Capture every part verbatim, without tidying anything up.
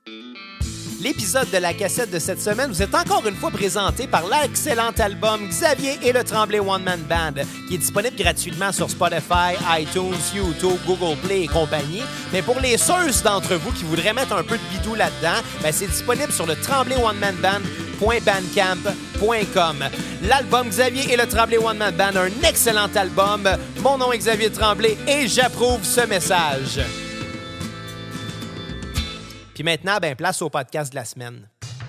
L'épisode de la cassette de cette semaine vous est encore une fois présenté par l'excellent album Xavier et le Tremblay One Man Band, qui est disponible gratuitement sur Spotify, iTunes, YouTube, Google Play et compagnie. Mais pour les ceux d'entre vous qui voudraient mettre un peu de bidou là-dedans, ben c'est disponible sur le tremblay one man band point bandcamp point com. L'album Xavier et le Tremblay One Man Band, un excellent album. Mon nom est Xavier Tremblay et j'approuve ce message. Puis maintenant, ben, place au podcast de la semaine.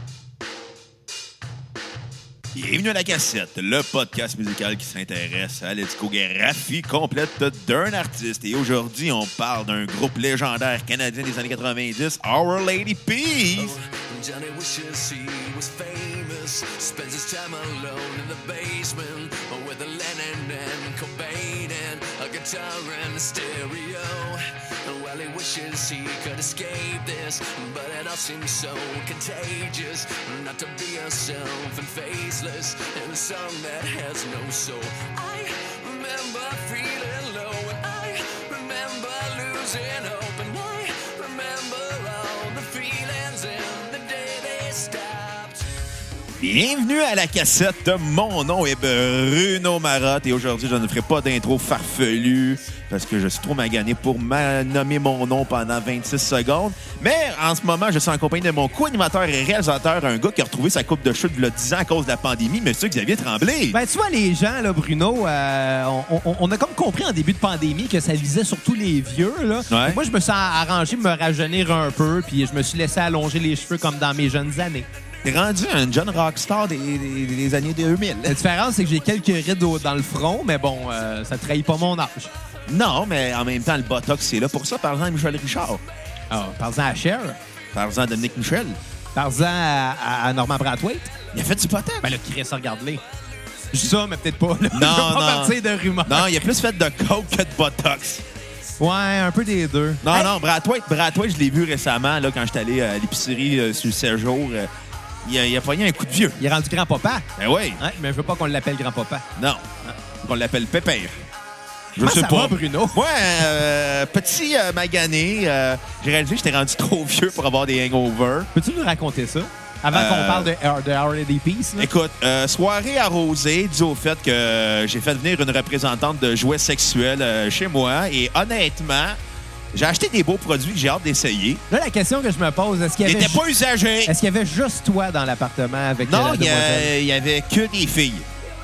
Bienvenue à la cassette, le podcast musical qui s'intéresse à la discographie complète d'un artiste. Et aujourd'hui, on parle d'un groupe légendaire canadien des années quatre-vingt-dix, Our Lady Peace. Johnny wishes he was famous, spends his time alone in the basement with a Lennon and Cobain and a guitar and a stereo. Well, he wishes he could escape this, but it all seems so contagious. Not to be yourself and faceless in a song that has no soul. I remember feeling low, and I remember losing hope, and I remember all the feelings in the day they stopped. Bienvenue à la cassette. Mon nom est Bruno Marotte et aujourd'hui, je ne ferai pas d'intro farfelu parce que je suis trop magané pour nommer mon nom pendant vingt-six secondes. Mais en ce moment, je suis en compagnie de mon co-animateur et réalisateur, un gars qui a retrouvé sa coupe de cheveux il y a dix ans à cause de la pandémie, monsieur Xavier Tremblay. Ben, tu vois, les gens, là, Bruno, euh, on, on, on a comme compris en début de pandémie que ça visait surtout les vieux. Là. Ouais. Moi, je me suis arrangé de me rajeunir un peu, puis je me suis laissé allonger les cheveux comme dans mes jeunes années. T'es rendu un jeune rockstar des, des, des années deux mille. La différence, c'est que j'ai quelques rides au, dans le front, mais bon, euh, ça trahit pas mon âge. Non, mais en même temps, le Botox, c'est là pour ça. Par exemple, à Michel Richard. Ah, parle-en à Cher. Par exemple, à Dominique Michel. Parle-en à, à, à Norman Brathwaite. Il a fait du Botox. Ben là, Chris, regarde-les. Je dis ça, mais peut-être pas. Là. Non, je veux pas non. partir de rumeurs. Non, il a plus fait de coke que de Botox. Ouais, un peu des deux. Non, Hey! non, Brathwaite, Brathwaite, je l'ai vu récemment là, quand j'étais allé à l'épicerie euh, sur le séjour. Euh, il, a, il a pogné un coup de vieux. Il est rendu grand-papa. Ben oui. Ouais, mais je veux pas qu'on l'appelle grand-papa. Non. On l'appelle Pépère. Je Comment sais ça pas. va, Bruno? Moi, euh, petit euh, magané, euh, j'ai réalisé que j'étais rendu trop vieux pour avoir des hangovers. Peux-tu nous raconter ça? Avant Euh, qu'on parle de, de Our Lady Peace. Là? Écoute, euh, soirée arrosée due au fait que j'ai fait venir une représentante de jouets sexuels euh, chez moi. Et honnêtement, j'ai acheté des beaux produits que j'ai hâte d'essayer. Là, la question que je me pose, est-ce qu'il y Ils avait, n'étaient pas usagés. est-ce qu'il y avait juste toi dans l'appartement avec Non, la il y, demoiselle? a- il y avait que des filles.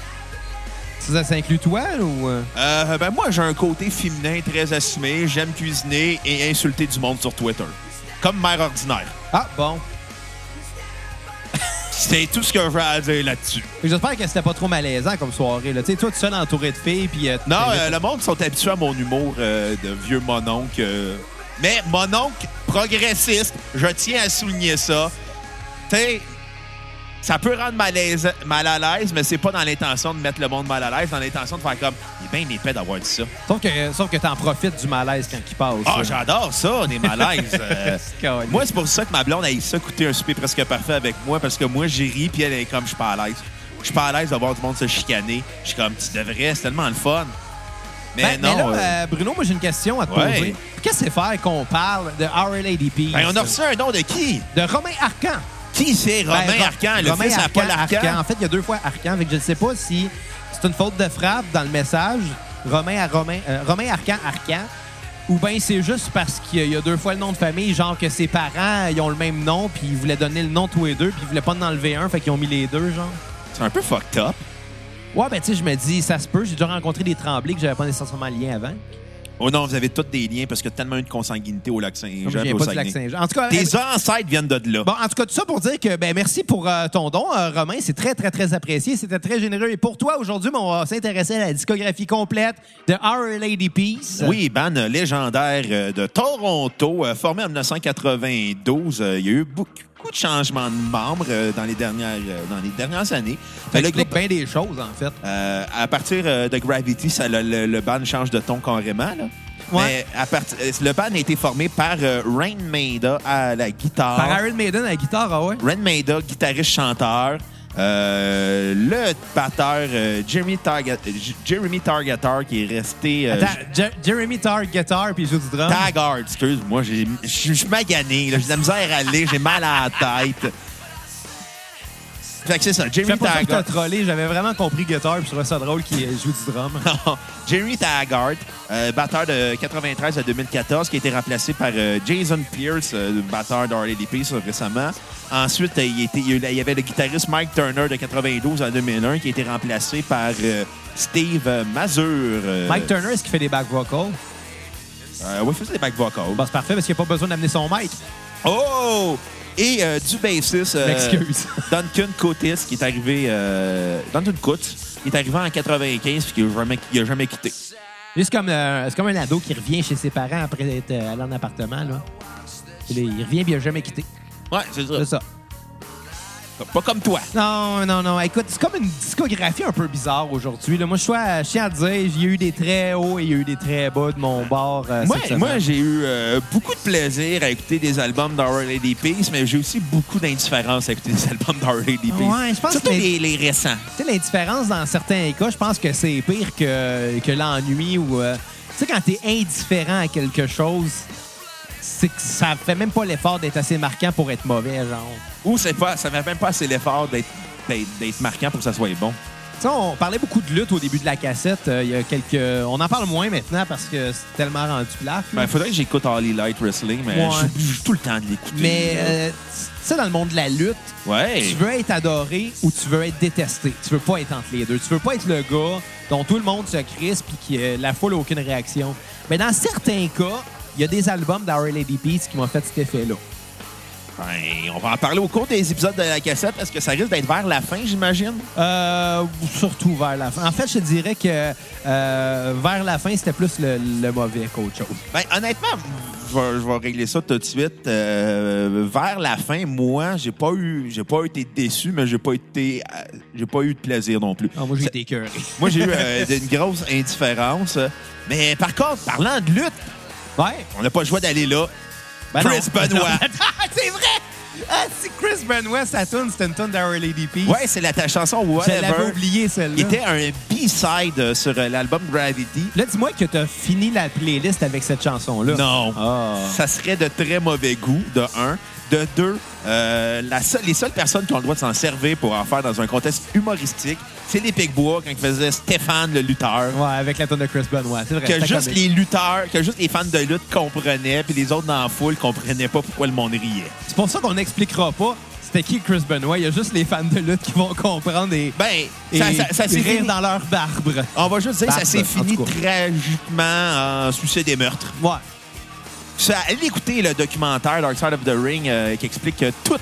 Ça, ça inclut toi ou... euh? Euh, ben moi, j'ai un côté féminin très assumé. J'aime cuisiner et insulter du monde sur Twitter. Comme mère ordinaire. Ah, bon. C'est tout ce que j'ai à dire là-dessus. J'espère que c'était pas trop malaisant comme soirée. Tu sais, toi, tout seul entouré de filles, puis... euh, Non, t'es- euh, le monde sont habitués à mon humour euh, de vieux mononcle. euh. Mais mononcle progressiste, je tiens à souligner ça. Tu sais, ça peut rendre malaise, mal à l'aise, mais c'est pas dans l'intention de mettre le monde mal à l'aise, dans l'intention de faire comme, il est bien épais d'avoir dit ça. Sauf que, sauf que t'en profites du malaise quand il passe. Ah, là. j'adore ça, des malaises. Euh, Caliste. moi, c'est pour ça que ma blonde a eu ça coûter un souper presque parfait avec moi, parce que moi, j'ai ri, puis elle est comme, je suis pas à l'aise. Je suis pas à l'aise de voir du monde se chicaner. Je suis comme, tu devrais, c'est tellement le fun. Mais Ben, non. mais là, euh, euh, Bruno, moi, j'ai une question à te Ouais. poser. Qu'est-ce que c'est faire qu'on parle de Our Lady Peace? ben, on a reçu un nom de qui? De Romain Arcan. Qui c'est Romain Ben, Ro- Arcan? Le Romain fils à Arcan, Paul Arcan? Arcan. En fait, il y a deux fois Arcan. Fait que je ne sais pas si c'est une faute de frappe dans le message, Romain à Romain, euh, Romain Arcan, Arcan, ou bien c'est juste parce qu'il y a deux fois le nom de famille, genre que ses parents ils ont le même nom, puis ils voulaient donner le nom tous les deux, puis ils voulaient pas en enlever un, fait qu'ils ont mis les deux, genre. C'est un peu fucked up. Ouais, ben tu sais, je me dis, ça se peut. J'ai déjà rencontré des Tremblay que j'avais pas nécessairement lien avant. Oh non, vous avez tous des liens parce qu'il y a tellement eu de consanguinité au lac Comme Saint-Jean je et viens au pas du lac Saguenay. Saint-Jean. En tout cas, Tes euh, ancêtres viennent de là. bon, en tout cas, tout ça pour dire que ben merci pour euh, ton don, euh, Romain. C'est très, très, très apprécié. C'était très généreux. Et pour toi, aujourd'hui, ben, on va s'intéresser à la discographie complète de Our Lady Peace. Oui, band légendaire euh, de Toronto, euh, formé en dix-neuf cent quatre-vingt-douze. Euh, Il y a eu beaucoup de changements de membres euh, dans, les dernières, euh, dans les dernières années. Ça Euh, le explique groupe, bien des choses, en fait. euh, à partir euh, de Gravity, ça, le, le, le band change de ton carrément. Là. Ouais. Mais à part- euh, le band a été formé par euh, Rain Maida à la guitare. Par Iron Maiden à la guitare, ah ouais? Rain Maida, guitariste-chanteur. Euh, le batteur euh, Jeremy, Target, Jeremy Targetar qui est resté... Euh, Attends, Jer- Jeremy Targetar puis il joue du drum. Taggart, excuse-moi, je suis magané, là, j'ai de la misère à lire, j'ai mal à la tête. Fait que c'est ça, Je Jeremy sais pas si Taggart. t'as trollé, j'avais vraiment compris guitar puis je trouvais ça drôle qu'il joue du drum. Jeremy Taggart, euh, batteur de quatre-vingt-treize à deux mille quatorze, qui a été remplacé par euh, Jason Pierce, euh, batteur d'R L D P récemment. Ensuite, euh, il, était, il y avait le guitariste Mike Turner de quatre-vingt-douze à deux mille un, qui a été remplacé par euh, Steve Mazur. Euh, Mike Turner, est-ce qu'il fait des back vocals? Euh, oui, il faisait des back vocals. Bon, c'est parfait parce qu'il n'y a pas besoin d'amener son mic. Oh! Et euh, du bassiste euh, M'excuse. Duncan Coates, qui est arrivé... Euh, Duncan Coates, qui est arrivé en quatre-vingt-quinze et qui n'a jamais, il a jamais quitté. C'est comme, euh, c'est comme un ado qui revient chez ses parents après être euh, allé en appartement. Là. Il, il revient et il n'a jamais quitté. Ouais, c'est ça. C'est ça. Pas comme toi. Non, non, non. Écoute, c'est comme une discographie un peu bizarre aujourd'hui. Là. Moi, je suis à, je tiens à dire, il y a eu des très hauts et il y a eu des très bas de mon bord. Euh, Moi, cette semaine. moi j'ai eu euh, beaucoup de plaisir à écouter des albums d'R L D P, mais j'ai aussi beaucoup d'indifférence à écouter des albums d'R L D P. Ouais, je pense Surtout que les, les récents. Tu sais, l'indifférence, dans certains cas, je pense que c'est pire que, que l'ennui ou... euh, tu sais, quand t'es indifférent à quelque chose, c'est que ça fait même pas l'effort d'être assez marquant pour être mauvais, genre. Ou c'est pas, ça ne fait même pas assez l'effort d'être, d'être, d'être marquant pour que ça soit bon. Tu sais, on parlait beaucoup de lutte au début de la cassette. Euh, il y a quelques... On en parle moins maintenant parce que c'est tellement rendu plate. Il ben, faudrait que j'écoute All Elite Wrestling, mais Ouais. je j'ai tout le temps de l'écouter. Mais, là. euh, tu sais, dans le monde de la lutte, ouais. tu veux être adoré ou tu veux être détesté. Tu veux pas être entre les deux. Tu veux pas être le gars dont tout le monde se crispe et qui euh, la foule n'a aucune réaction. Mais dans certains cas, il y a des albums d'R L D P qui m'ont fait cet effet-là. Ben, on va en parler au cours des épisodes de la cassette parce que ça risque d'être vers la fin, j'imagine. Euh, surtout vers la fin. En fait, je te dirais que euh, vers la fin, c'était plus le, le mauvais qu'autre chose. Ben, honnêtement, je vais, je vais régler ça tout de suite. Euh, vers la fin, moi, j'ai pas eu, j'ai pas été déçu, mais j'ai pas été, euh, j'ai pas eu de plaisir non plus. Ah, moi, j'ai été écœuré. Moi, j'ai eu euh, une grosse indifférence. Mais par contre, parlant de lutte, Ouais. on n'a pas le choix d'aller là. Ben Chris non. Benoit. C'est vrai! Ah, si Chris Benoit, sa tune, c'était une tune d'R L D P. Ouais, c'est la ta chanson Je l'avais Whatever. oublié, celle-là. Il était un B-side sur euh, l'album Gravity. Là, dis-moi que t'as fini la playlist avec cette chanson-là. Non. Ah. Ça serait de très mauvais goût, de un. De deux, euh, la seule- les seules personnes qui ont le droit de s'en servir pour en faire dans un contexte humoristique, c'est les Picbois quand ils faisaient Stéphane le lutteur. Ouais, avec la tune de Chris Benoit. C'est vrai. Que c'était juste comique. les lutteurs, que juste les fans de lutte comprenaient, puis les autres dans la foule comprenaient pas pourquoi le monde riait. C'est pour ça qu'on n'expliquera pas c'était qui Chris Benoit. Il y a juste les fans de lutte qui vont comprendre et, Ben, et ça, ça, ça s'est rire fini. dans leur barbre. On va juste dire que ça Barbe, s'est en fini tout cas. tragiquement en suicide et meurtre. Ouais. Ça, allez écouter le documentaire Dark Side of the Ring euh, qui explique euh, toute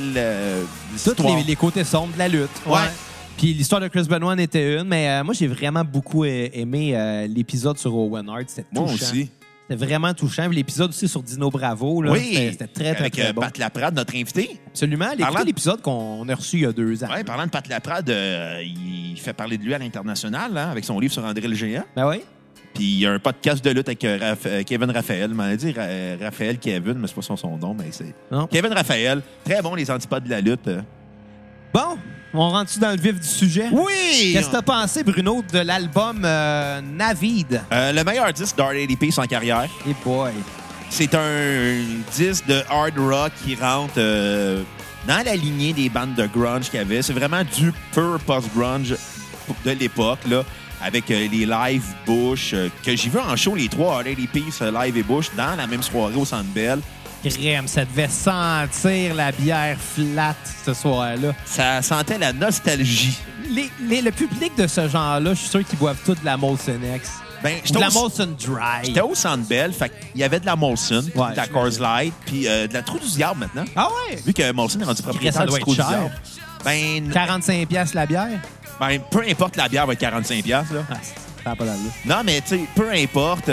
le- Tous l'histoire. les, les côtés sombres de la lutte. Ouais. Puis l'histoire de Chris Benoit en était une, mais euh, moi, j'ai vraiment beaucoup euh, aimé euh, l'épisode sur Owen Hart. C'était touchant. Moi aussi. C'était vraiment touchant. Puis l'épisode aussi sur Dino Bravo, là, Oui, c'était c'était très, très, avec très euh, bon. Pat Laprade, notre invité. Absolument. Allez Parlant- écouter l'épisode qu'on a reçu il y a deux ans. Ouais, parlant de Pat Laprade, euh, il fait parler de lui à l'international hein, avec son livre sur André le Géant. Ben oui. Puis il y a un podcast de lutte avec euh, Raph- euh, Kevin Raphaël. Il m'en dit Ra- Raphaël Kevin, mais c'est pas son, son nom, mais c'est Non. Kevin Raphaël. Très bon, les antipodes de la lutte. euh. Bon, on rentre-tu dans le vif du sujet? Oui! Qu'est-ce que t'as pensé, Bruno, de l'album euh, Navid? Euh, le meilleur disque d'R L D P sans carrière. Hey boy. C'est un disque de hard rock qui rentre euh, dans la lignée des bandes de grunge qu'il y avait. C'est vraiment du pur post-grunge de l'époque, là, avec euh, les live Bush, euh, que j'ai vu en show, les trois R L D P, euh, live et Bush, dans la même soirée au Centre Bell. Crème, ça devait sentir la bière flat ce soir-là. Ça sentait la nostalgie. Les, les- le public de ce genre-là, je suis sûr qu'ils boivent tout de la Molson X. Ben, Ou j'étais de la au- Molson Dry. J'étais au Centre Bell, fait qu'il y avait de la Molson, puis Ouais, de la Coors Light, puis euh, de la Trou du Diable maintenant. Ah ouais? Vu que Molson est rendu propriétaire ça du doit Trou être du cher. Diable. Ben, quarante-cinq piastres la bière? ben, peu importe la bière va être quarante-cinq piastres, là. Ah, ça n'a pas d'allure. Non, mais tu sais, peu importe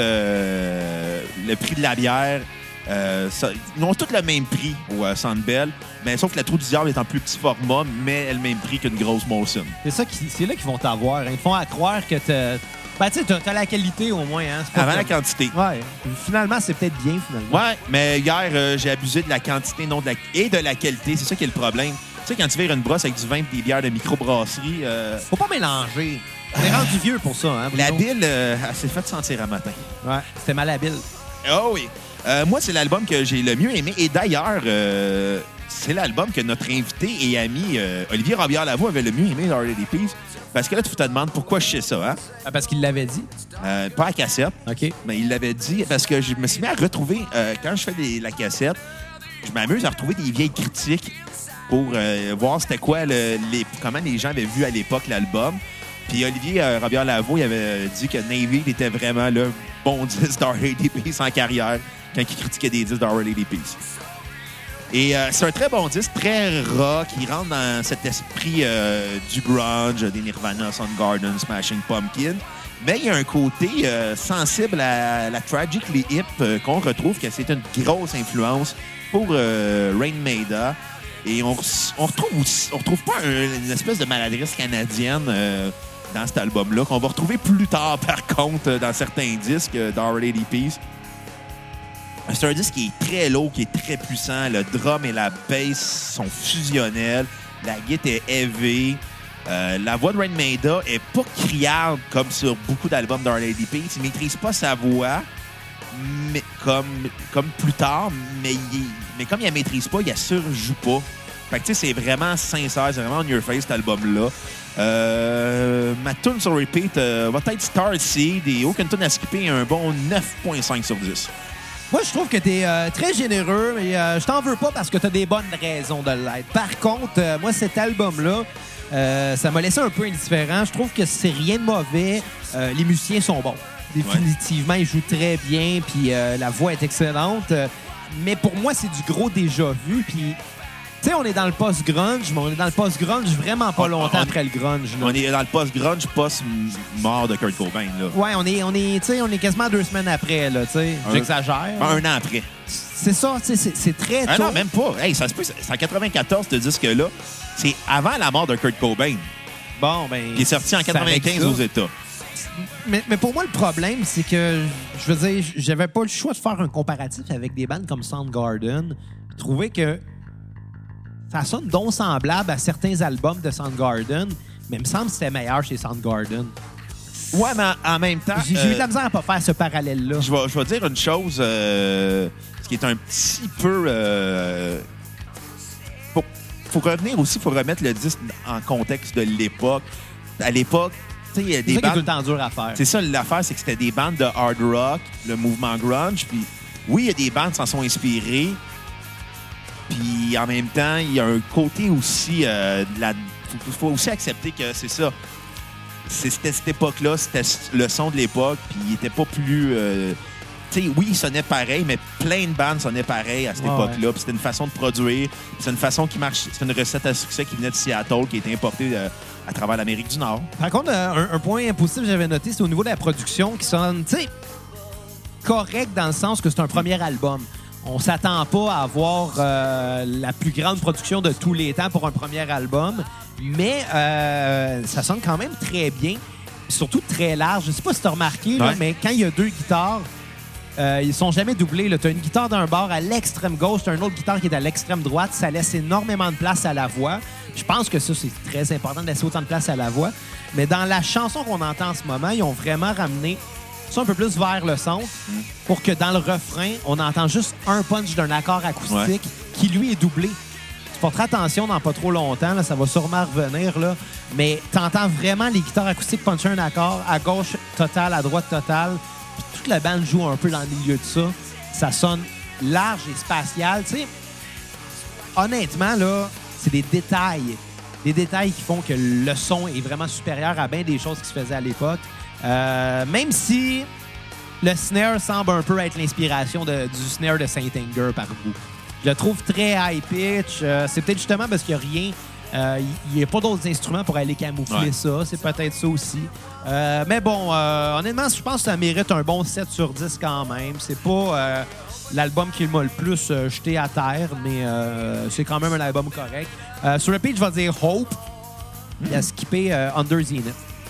euh, le prix de la bière, euh, ça- ils ont tous le même prix au euh, Centre Bell, mais sauf que la Trou du Diable est en plus petit format, mais elle a le même prix qu'une grosse Molson. C'est ça qui, c'est là qu'ils vont t'avoir. Hein. Ils te font à croire que t'as... Ben, tu sais, t'as, t'as la qualité au moins. Hein. C'est pas Avant la comme- quantité. Ouais. Finalement, c'est peut-être bien, finalement. Ouais, mais hier, euh, j'ai abusé de la quantité non de la... et de la qualité. C'est ça qui est le problème. sais, quand tu vires une brosse avec du vin et des bières de microbrasserie... Euh, Faut pas mélanger. On est rendu vieux pour ça, hein, Bruno? la bile, euh, elle s'est faite sentir à matin. Ouais, c'était malhabile. Oh oui. Euh, moi, c'est l'album que j'ai le mieux aimé. Et d'ailleurs, euh, c'est l'album que notre invité et ami euh, Olivier Robillard-Lavoie avait le mieux aimé dans Our Lady Peace. Parce que là, tu te demandes pourquoi je sais ça, hein? Ah, parce qu'il l'avait dit. Euh, pas à cassette, OK. mais il l'avait dit parce que je me suis mis à retrouver, euh, quand je fais des- la cassette, je m'amuse à retrouver des vieilles critiques pour euh, voir c'était quoi, le- les, comment les gens avaient vu à l'époque l'album. Puis Olivier euh, Robillard-Lavoie, il avait dit que Navy était vraiment le bon disque d'Our Lady Peace en carrière quand il critiquait des disques d'Our Lady Peace. Et euh, c'est un très bon disque, très rock, qui rentre dans cet esprit euh, du grunge, des Nirvana, Soundgarden, Smashing Pumpkins. Mais il y a un côté euh, sensible à la Tragically Hip euh, qu'on retrouve, que c'est une grosse influence pour euh, Rain Maida. Et on, on retrouve aussi, on retrouve pas un- une espèce de maladresse canadienne euh, dans cet album-là, qu'on va retrouver plus tard, par contre, euh, dans certains disques euh, d'Our Lady Peace. C'est un disque qui est très lourd, qui est très puissant. Le drum et la bass sont fusionnels. La guitare est heavy. Euh, la voix de Rain Maida est pas criarde comme sur beaucoup d'albums d'Our Lady Peace. Il maîtrise pas sa voix mais comme, comme plus tard, mais, il, mais comme il la maîtrise pas, il la surjoue pas. Fait que tu sais, c'est vraiment sincère, c'est vraiment on your face cet album-là. Euh, ma tune sur repeat euh, va être Starseed et aucune tune à skipper, un bon neuf virgule cinq sur dix. Moi, je trouve que t'es euh, très généreux, mais euh, je t'en veux pas parce que t'as des bonnes raisons de l'être. Par contre, euh, moi, cet album-là, euh, ça m'a laissé un peu indifférent. Je trouve que c'est rien de mauvais. Euh, les musiciens sont bons. Définitivement, ils jouent très bien, puis euh, la voix est excellente. Euh, mais pour moi, c'est du gros déjà vu. Puis, tu sais, on est dans le post-grunge, mais on est dans le post-grunge vraiment pas On- longtemps on- après le grunge. là. On est dans le post-grunge, post-mort de Kurt Cobain. Là. Ouais, on est, on est, tu sais, on est quasiment deux semaines après, là, tu sais. Un- J'exagère. Un an après. C'est ça, tu sais, c'est- c'est très Ah tôt. non, même pas. Hey, ça se peut, c'est en quatre-vingt-quatorze, ce disque-là. C'est avant la mort de Kurt Cobain, Bon, ben. qui est sorti en ça quatre-vingt-quinze règle aux ça. États. Mais, mais pour moi, le problème, c'est que, je veux dire, j'avais pas le choix de faire un comparatif avec des bandes comme Soundgarden. Je trouvais que ça sonne donc semblable à certains albums de Soundgarden, mais il me semble que c'était meilleur chez Soundgarden. Ouais, mais en même temps... J'ai j'ai eu de la euh, misère à pas faire ce parallèle-là. Je vais, je vais dire une chose, euh, ce qui est un petit peu... Euh, faut, faut revenir aussi, faut remettre le disque en contexte de l'époque. À l'époque, tu sais, il y a C'est des ça qui est tout bandes... le temps dur à faire. C'est ça, l'affaire, c'est que c'était des bandes de hard rock, le mouvement grunge. Puis oui, il y a des bandes qui s'en sont inspirées. Puis en même temps, il y a un côté aussi... Euh, de la... faut, faut aussi accepter que c'est ça. C'est- C'était cette époque-là, c'était le son de l'époque, puis il était pas plus... euh, tu sais, oui, il sonnait pareil, mais plein de bandes sonnaient pareil à cette Ouais, époque-là. ouais. Puis c'était une façon de produire, puis c'est une façon qui marche... C'est une recette à succès qui venait de Seattle, qui a été importée euh, à travers l'Amérique du Nord. Par contre, euh, un, un point positif que j'avais noté, c'est au niveau de la production qui sonne, tu sais, correct dans le sens que c'est un premier album. On s'attend pas à avoir euh, la plus grande production de tous les temps pour un premier album, mais euh, ça sonne quand même très bien, surtout très large. Je sais pas si tu as remarqué, là, Ouais. mais quand il y a deux guitares, euh, ils sont jamais doublés. Tu as une guitare d'un bord à l'extrême gauche, tu as une autre guitare qui est à l'extrême droite. Ça laisse énormément de place à la voix. Je pense que ça, c'est très important de laisser autant de place à la voix. Mais dans la chanson qu'on entend en ce moment, ils ont vraiment ramené ça un peu plus vers le centre pour que dans le refrain, on entend juste un punch d'un accord acoustique Ouais. qui, lui, est doublé. Tu porteras attention dans pas trop longtemps, là, ça va sûrement revenir, là, mais tu entends vraiment les guitares acoustiques puncher un accord à gauche total, à droite total, puis toute la bande joue un peu dans le milieu de ça. Ça sonne large et spatial. Tu sais, honnêtement, là, c'est des détails. Des détails qui font que le son est vraiment supérieur à bien des choses qui se faisaient à l'époque. Euh, même si le snare semble un peu être l'inspiration de- du snare de Saint-Anger par bout. Je le trouve très high pitch. Euh, c'est peut-être justement parce qu'il n'y a rien. euh, Il n'y a pas d'autres instruments pour aller camoufler Ouais. ça. C'est peut-être ça aussi. Euh, mais bon, euh, honnêtement, je pense que ça mérite un bon sept sur dix quand même. C'est pas euh, l'album qui m'a le plus euh, jeté à terre, mais euh, c'est quand même un album correct. Euh, sur le page, je vais dire Hope. Il a skippé euh, Under Zenith.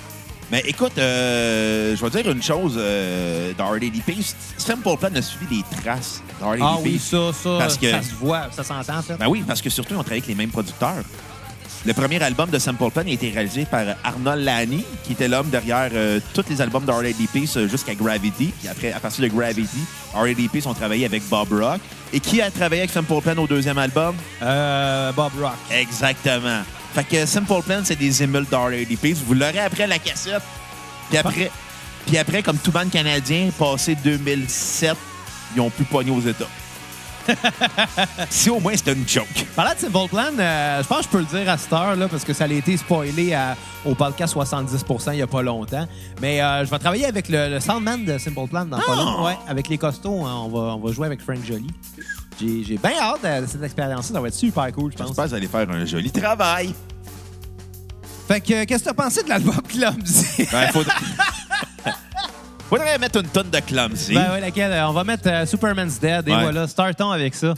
Mais écoute, euh, je vais dire une chose euh, dans R D D P. Simple Plan a suivi les traces dans R D D P. Ah oui, ça, ça, Parce que- ça se voit, ça s'entend, en fait. Ben oui, parce que surtout, ils ont travaillé avec les mêmes producteurs. Le premier album de Simple Plan a été réalisé par Arnold Lani, qui était l'homme derrière euh, tous les albums de R D D P jusqu'à Gravity. Puis après, à partir de Gravity, R D D P ont travaillé avec Bob Rock. Et qui a travaillé avec Simple Plan au deuxième album? Euh, Bob Rock. Exactement. Fait que Simple Plan, c'est des émules de R D D P. Vous l'aurez après la cassette. Puis après, puis après, comme tout band canadien, passé deux mille sept, ils ont pu pogner aux États. Si au moins c'était une joke. Parlant de Simple Plan, euh, je pense que je peux le dire à cette heure, là, parce que ça a été spoilé à- au podcast soixante-dix pour cent il n'y a pas longtemps. Mais euh, je vais travailler avec le, le soundman de Simple Plan dans pas long. Ouais, avec les costauds, hein, on, va, on va jouer avec Frank Joly. J'ai j'ai bien hâte de cette expérience-là. Ça va être super cool, je pense. J'espère que vous allez faire un joli travail. Fait que, euh, qu'est-ce que t'as pensé de l'album Clumsy? Ben, faudrait... faudrait mettre une tonne de Clumsy. Ben ouais, laquelle? Euh, On va mettre euh, Superman's Dead. Et Ouais. voilà, startons avec ça.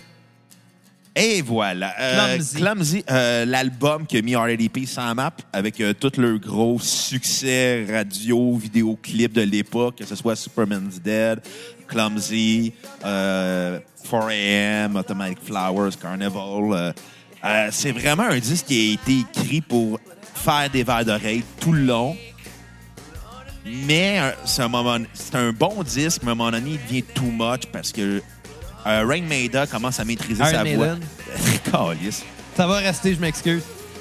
Et voilà. Euh, Clumsy. Clumsy, euh, l'album qui a mis R D D P sans map avec euh, tout le gros succès radio, vidéoclip de l'époque, que ce soit Superman's Dead, Clumsy, euh, four A M, Automatic Flowers, Carnival. Euh, euh, c'est vraiment un disque qui a été écrit pour faire des vers d'oreille tout le long. Mais euh, c'est un, moment, c'est un bon disque, mais à un moment donné, il devient too much parce que euh, Rain Maida commence à maîtriser Iron sa Maiden. voix. Calisse. Ça va rester, je m'excuse.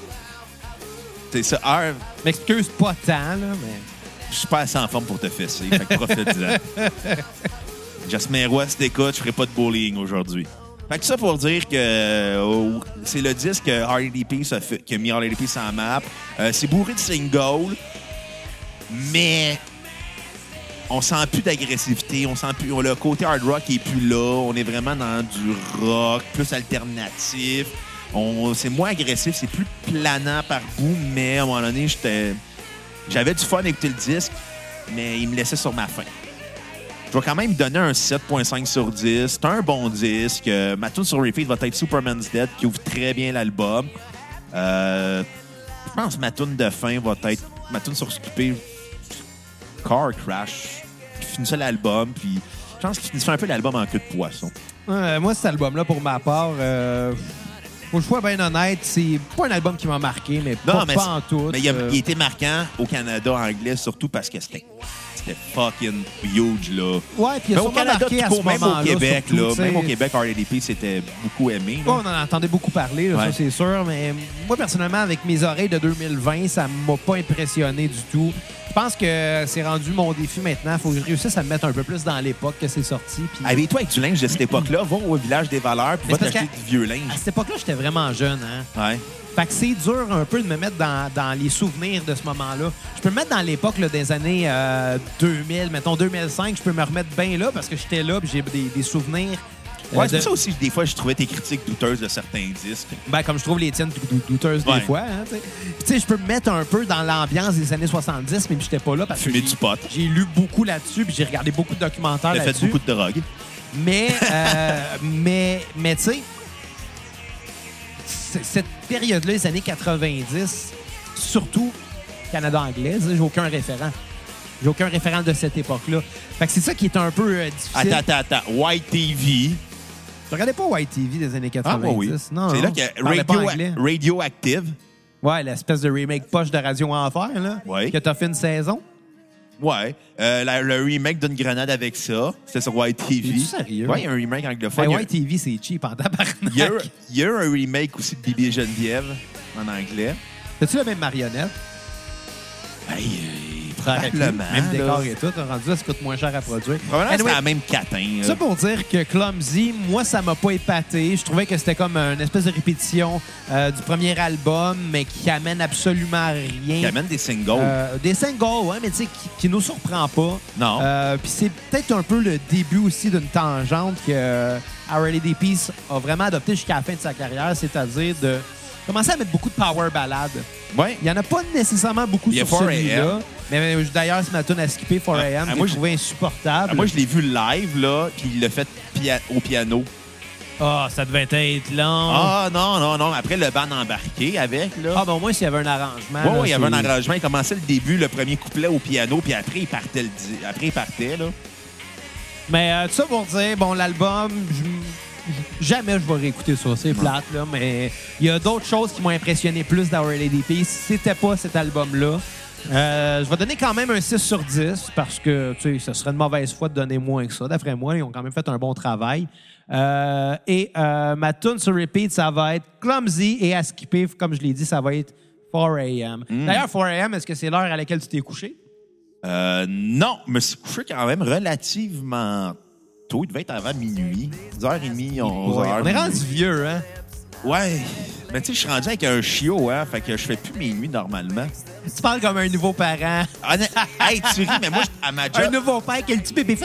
C'est ça. Harv, Je m'excuse pas tant, là, mais... je suis pas assez en forme pour te fesser, fait que profite-en. Jasmin Roy, si t'écoutes, je ferai pas de bullying aujourd'hui. Fait que ça pour dire que euh, c'est le disque que R D D P ça fait, qui a mis R D D P sur la map. Euh, c'est bourré de singles, mais on sent plus d'agressivité, on sent plus, on, le côté hard rock est plus là, on est vraiment dans du rock plus alternatif. On, c'est moins agressif, c'est plus planant par bout, mais à un moment donné, j'étais, j'avais du fun à écouter le disque, mais il me laissait sur ma faim. Je vais quand même donner un sept virgule cinq sur dix. C'est un bon disque. Euh, ma tune sur repeat va être Superman's Dead, qui ouvre très bien l'album. Euh, je pense que ma tune de fin va être ma tune sur skipper Car Crash, qui finissait l'album. Puis je pense qu'il finissait un peu l'album en queue de poisson. Euh, moi, cet album-là, pour ma part, euh, faut que je sois bien honnête, c'est pas un album qui m'a marqué, mais Non, pas, mais pas c'est- en tout. Mais il, a, euh, il était marquant au Canada anglais, surtout parce que c'était, c'était fucking huge, là. Ouais, puis il a Mais au sûrement Canada, marqué tout à court, ce même moment-là. au Québec, surtout, là, tu sais. même au Québec, R D D P, c'était beaucoup aimé. là. Ouais, on en entendait beaucoup parler, là, Ouais. ça c'est sûr, mais moi, personnellement, avec mes oreilles de deux mille vingt, ça m'a pas impressionné du tout. Je pense que c'est rendu mon défi maintenant. Il faut que je réussisse à me mettre un peu plus dans l'époque que c'est sorti. Puis Avais-toi avec du linge de cette époque-là, va au village des valeurs, puis Mais va c'est parce t'acheter du vieux linge. à cette époque-là, j'étais vraiment jeune. Hein? Ouais. Fait que c'est dur un peu de me mettre dans, dans les souvenirs de ce moment-là. Je peux me mettre dans l'époque là, des années euh, deux mille, mettons deux mille cinq, je peux me remettre bien là parce que j'étais là et j'ai des, des souvenirs. euh, Ouais, c'est de- pour ça aussi que des fois, je trouvais tes critiques douteuses de certains disques. Ben, comme je trouve les tiennes dou- dou- douteuses Ouais. des fois. Hein, tu sais. Puis, tu sais, je peux me mettre un peu dans l'ambiance des années soixante-dix, mais j'étais pas là parce Fumer que du j'ai- pot. j'ai lu beaucoup là-dessus puis j'ai regardé beaucoup de documentaires T'as fait là-dessus. beaucoup de drogue. Mais, euh, mais, mais tu sais, c- cette période-là, les années quatre-vingt-dix, surtout Canada anglais, tu sais, j'ai aucun référent. J'ai aucun référent de cette époque-là. Fait que c'est ça qui est un peu euh, difficile. Attends, attends, attends. White T V. Je regardais pas White T V des années Ah, quatre-vingt-dix. ouais, oui. Non, c'est non, là qu'il y a je parlais pas Radio, anglais. Radioactive. Ouais, l'espèce de remake poche de Radio Enfer, là. Ouais. Que t'as fait une saison. Ouais. Euh, la- le remake d'une grenade avec ça. C'était sur White T V. Es-tu sérieux? Ouais, il y a un remake anglophone. Hey, Il y a- White T V, c'est cheap en tabarnak. il y, a, il y a un remake aussi de Bibi et Geneviève en anglais. T'as-tu la même marionnette? Hey, euh, Ça aurait pu. probablement. Même là. décor et tout. Rendu là, ça coûte moins cher à produire. Probablement Anyway, c'est la même catin. là. ça pour dire que Clumsy, moi, ça m'a pas épaté. Je trouvais que c'était comme une espèce de répétition euh, du premier album, mais qui amène absolument rien. Qui amène des singles. Euh, des singles, ouais, mais tu sais, qui, qui nous surprend pas. Non. Euh, Puis c'est peut-être un peu le début aussi d'une tangente que euh, R D D P a vraiment adopté jusqu'à la fin de sa carrière, c'est-à-dire de commencer à mettre beaucoup de power ballades. ouais. Il n'y en a pas nécessairement beaucoup Il y a sur four A M. celui-là. Mais, mais d'ailleurs, c'est ma tune à skipper, four A M, Ah, que moi, j'ai je- trouvé insupportable. Ah, moi, je l'ai vu live, là, puis il l'a fait pia- au piano. Ah, ça devait être long. Ah, non, non, non. Après, le band embarqué avec, là. Ah, ben au moins, s'il y avait un arrangement. Oui, là, ouais, il y avait c'est- un arrangement. Il commençait le début, le premier couplet au piano, puis après, il partait. Le di- Après, il partait, là. Mais euh, tout ça pour dire, bon, l'album, je- jamais je vais réécouter ça. C'est plate, là. Mais il y a d'autres choses qui m'ont impressionné plus dans Our Lady Peace. Si c'était pas cet album-là, euh, je vais donner quand même un six sur dix parce que, tu sais, ce serait une mauvaise foi de donner moins que ça. D'après moi, ils ont quand même fait un bon travail. Euh, et euh, ma tune sur repeat, ça va être Clumsy et à skipper, comme je l'ai dit, ça va être four a.m. D'ailleurs, four a.m., est-ce que c'est l'heure à laquelle tu t'es couché? Euh, non, je me suis couché quand même relativement tôt. Il devait être avant minuit. dix heures trente, onze Ouais, heures. on est rendu vieux, hein? Ouais. Mais tu sais, je suis rendu avec un chiot, hein. Fait que je fais plus mes nuits normalement. Tu parles comme un nouveau parent. Honnêt- hey, tu ris, mais moi, à ma Un job. nouveau père qui a le petit bébé. Fait...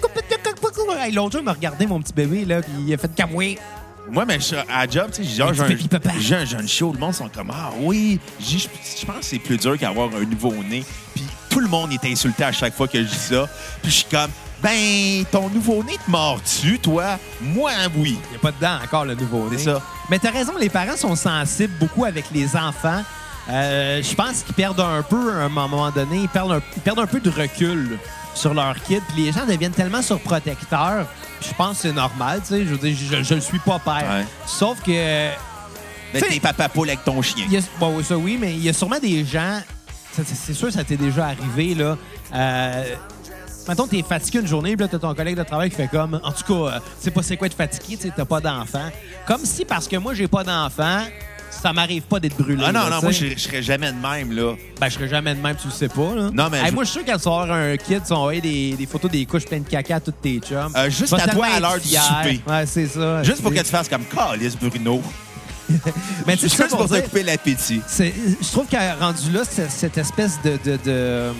Hey, l'autre jour, il m'a regardé, mon petit bébé, là, puis il a fait camouer. Moi, mais je- à la job, tu sais, j'ai Un j'ai petit baby papa. un, j'ai un jeune chiot. Le monde sont comme, ah oui. J'ai- Je je pense que c'est plus dur qu'avoir un nouveau-né. Puis tout le monde est insulté à chaque fois que je dis ça. Puis je suis comme, ben, ton nouveau-né te mord-tu, toi? Moi, oui. Il n'y a pas dedans encore, le nouveau-né. C'est ça. Mais t'as raison, les parents sont sensibles beaucoup avec les enfants. Euh, je pense qu'ils perdent un peu, à un moment donné, ils perdent un, ils perdent un peu de recul sur leur kid. Puis les gens deviennent tellement surprotecteurs. Puis je pense que c'est normal, tu sais. Je veux dire, je, je le suis pas père. Ouais. Sauf que... Ben, T'sais- t'es papa poule avec ton chien. Il y a, bon, oui, ça oui, mais il y a sûrement des gens, ça, c'est c'est sûr que ça t'est déjà arrivé, là. Euh, mettons, t'es fatigué une journée, puis là, t'as ton collègue de travail qui fait comme, en tout cas, euh, tu sais pas c'est quoi être fatigué, tu sais, t'as pas d'enfant. Comme si, parce que moi, j'ai pas d'enfant, ça m'arrive pas d'être brûlé. Ah non, là, non, tu moi, sais. je je serais jamais de même, là. Ben, je serais jamais de même, tu le sais pas, là. Non, mais Hey, je- moi, je suis sûr quand tu vas avoir un kid, tu vas envoyer des, des photos des couches pleines de caca à tous tes chums. Euh, juste Tu vas à toi, tellement à l'heure être du fier. souper. Ouais, c'est ça. Juste pour que C'est- tu fasses comme Calice, Bruno. Mais tu sais, Juste ça pour pour te dire- couper l'appétit. C'est- Je trouve qu'à rendu là, c'est- cette espèce de, de, de-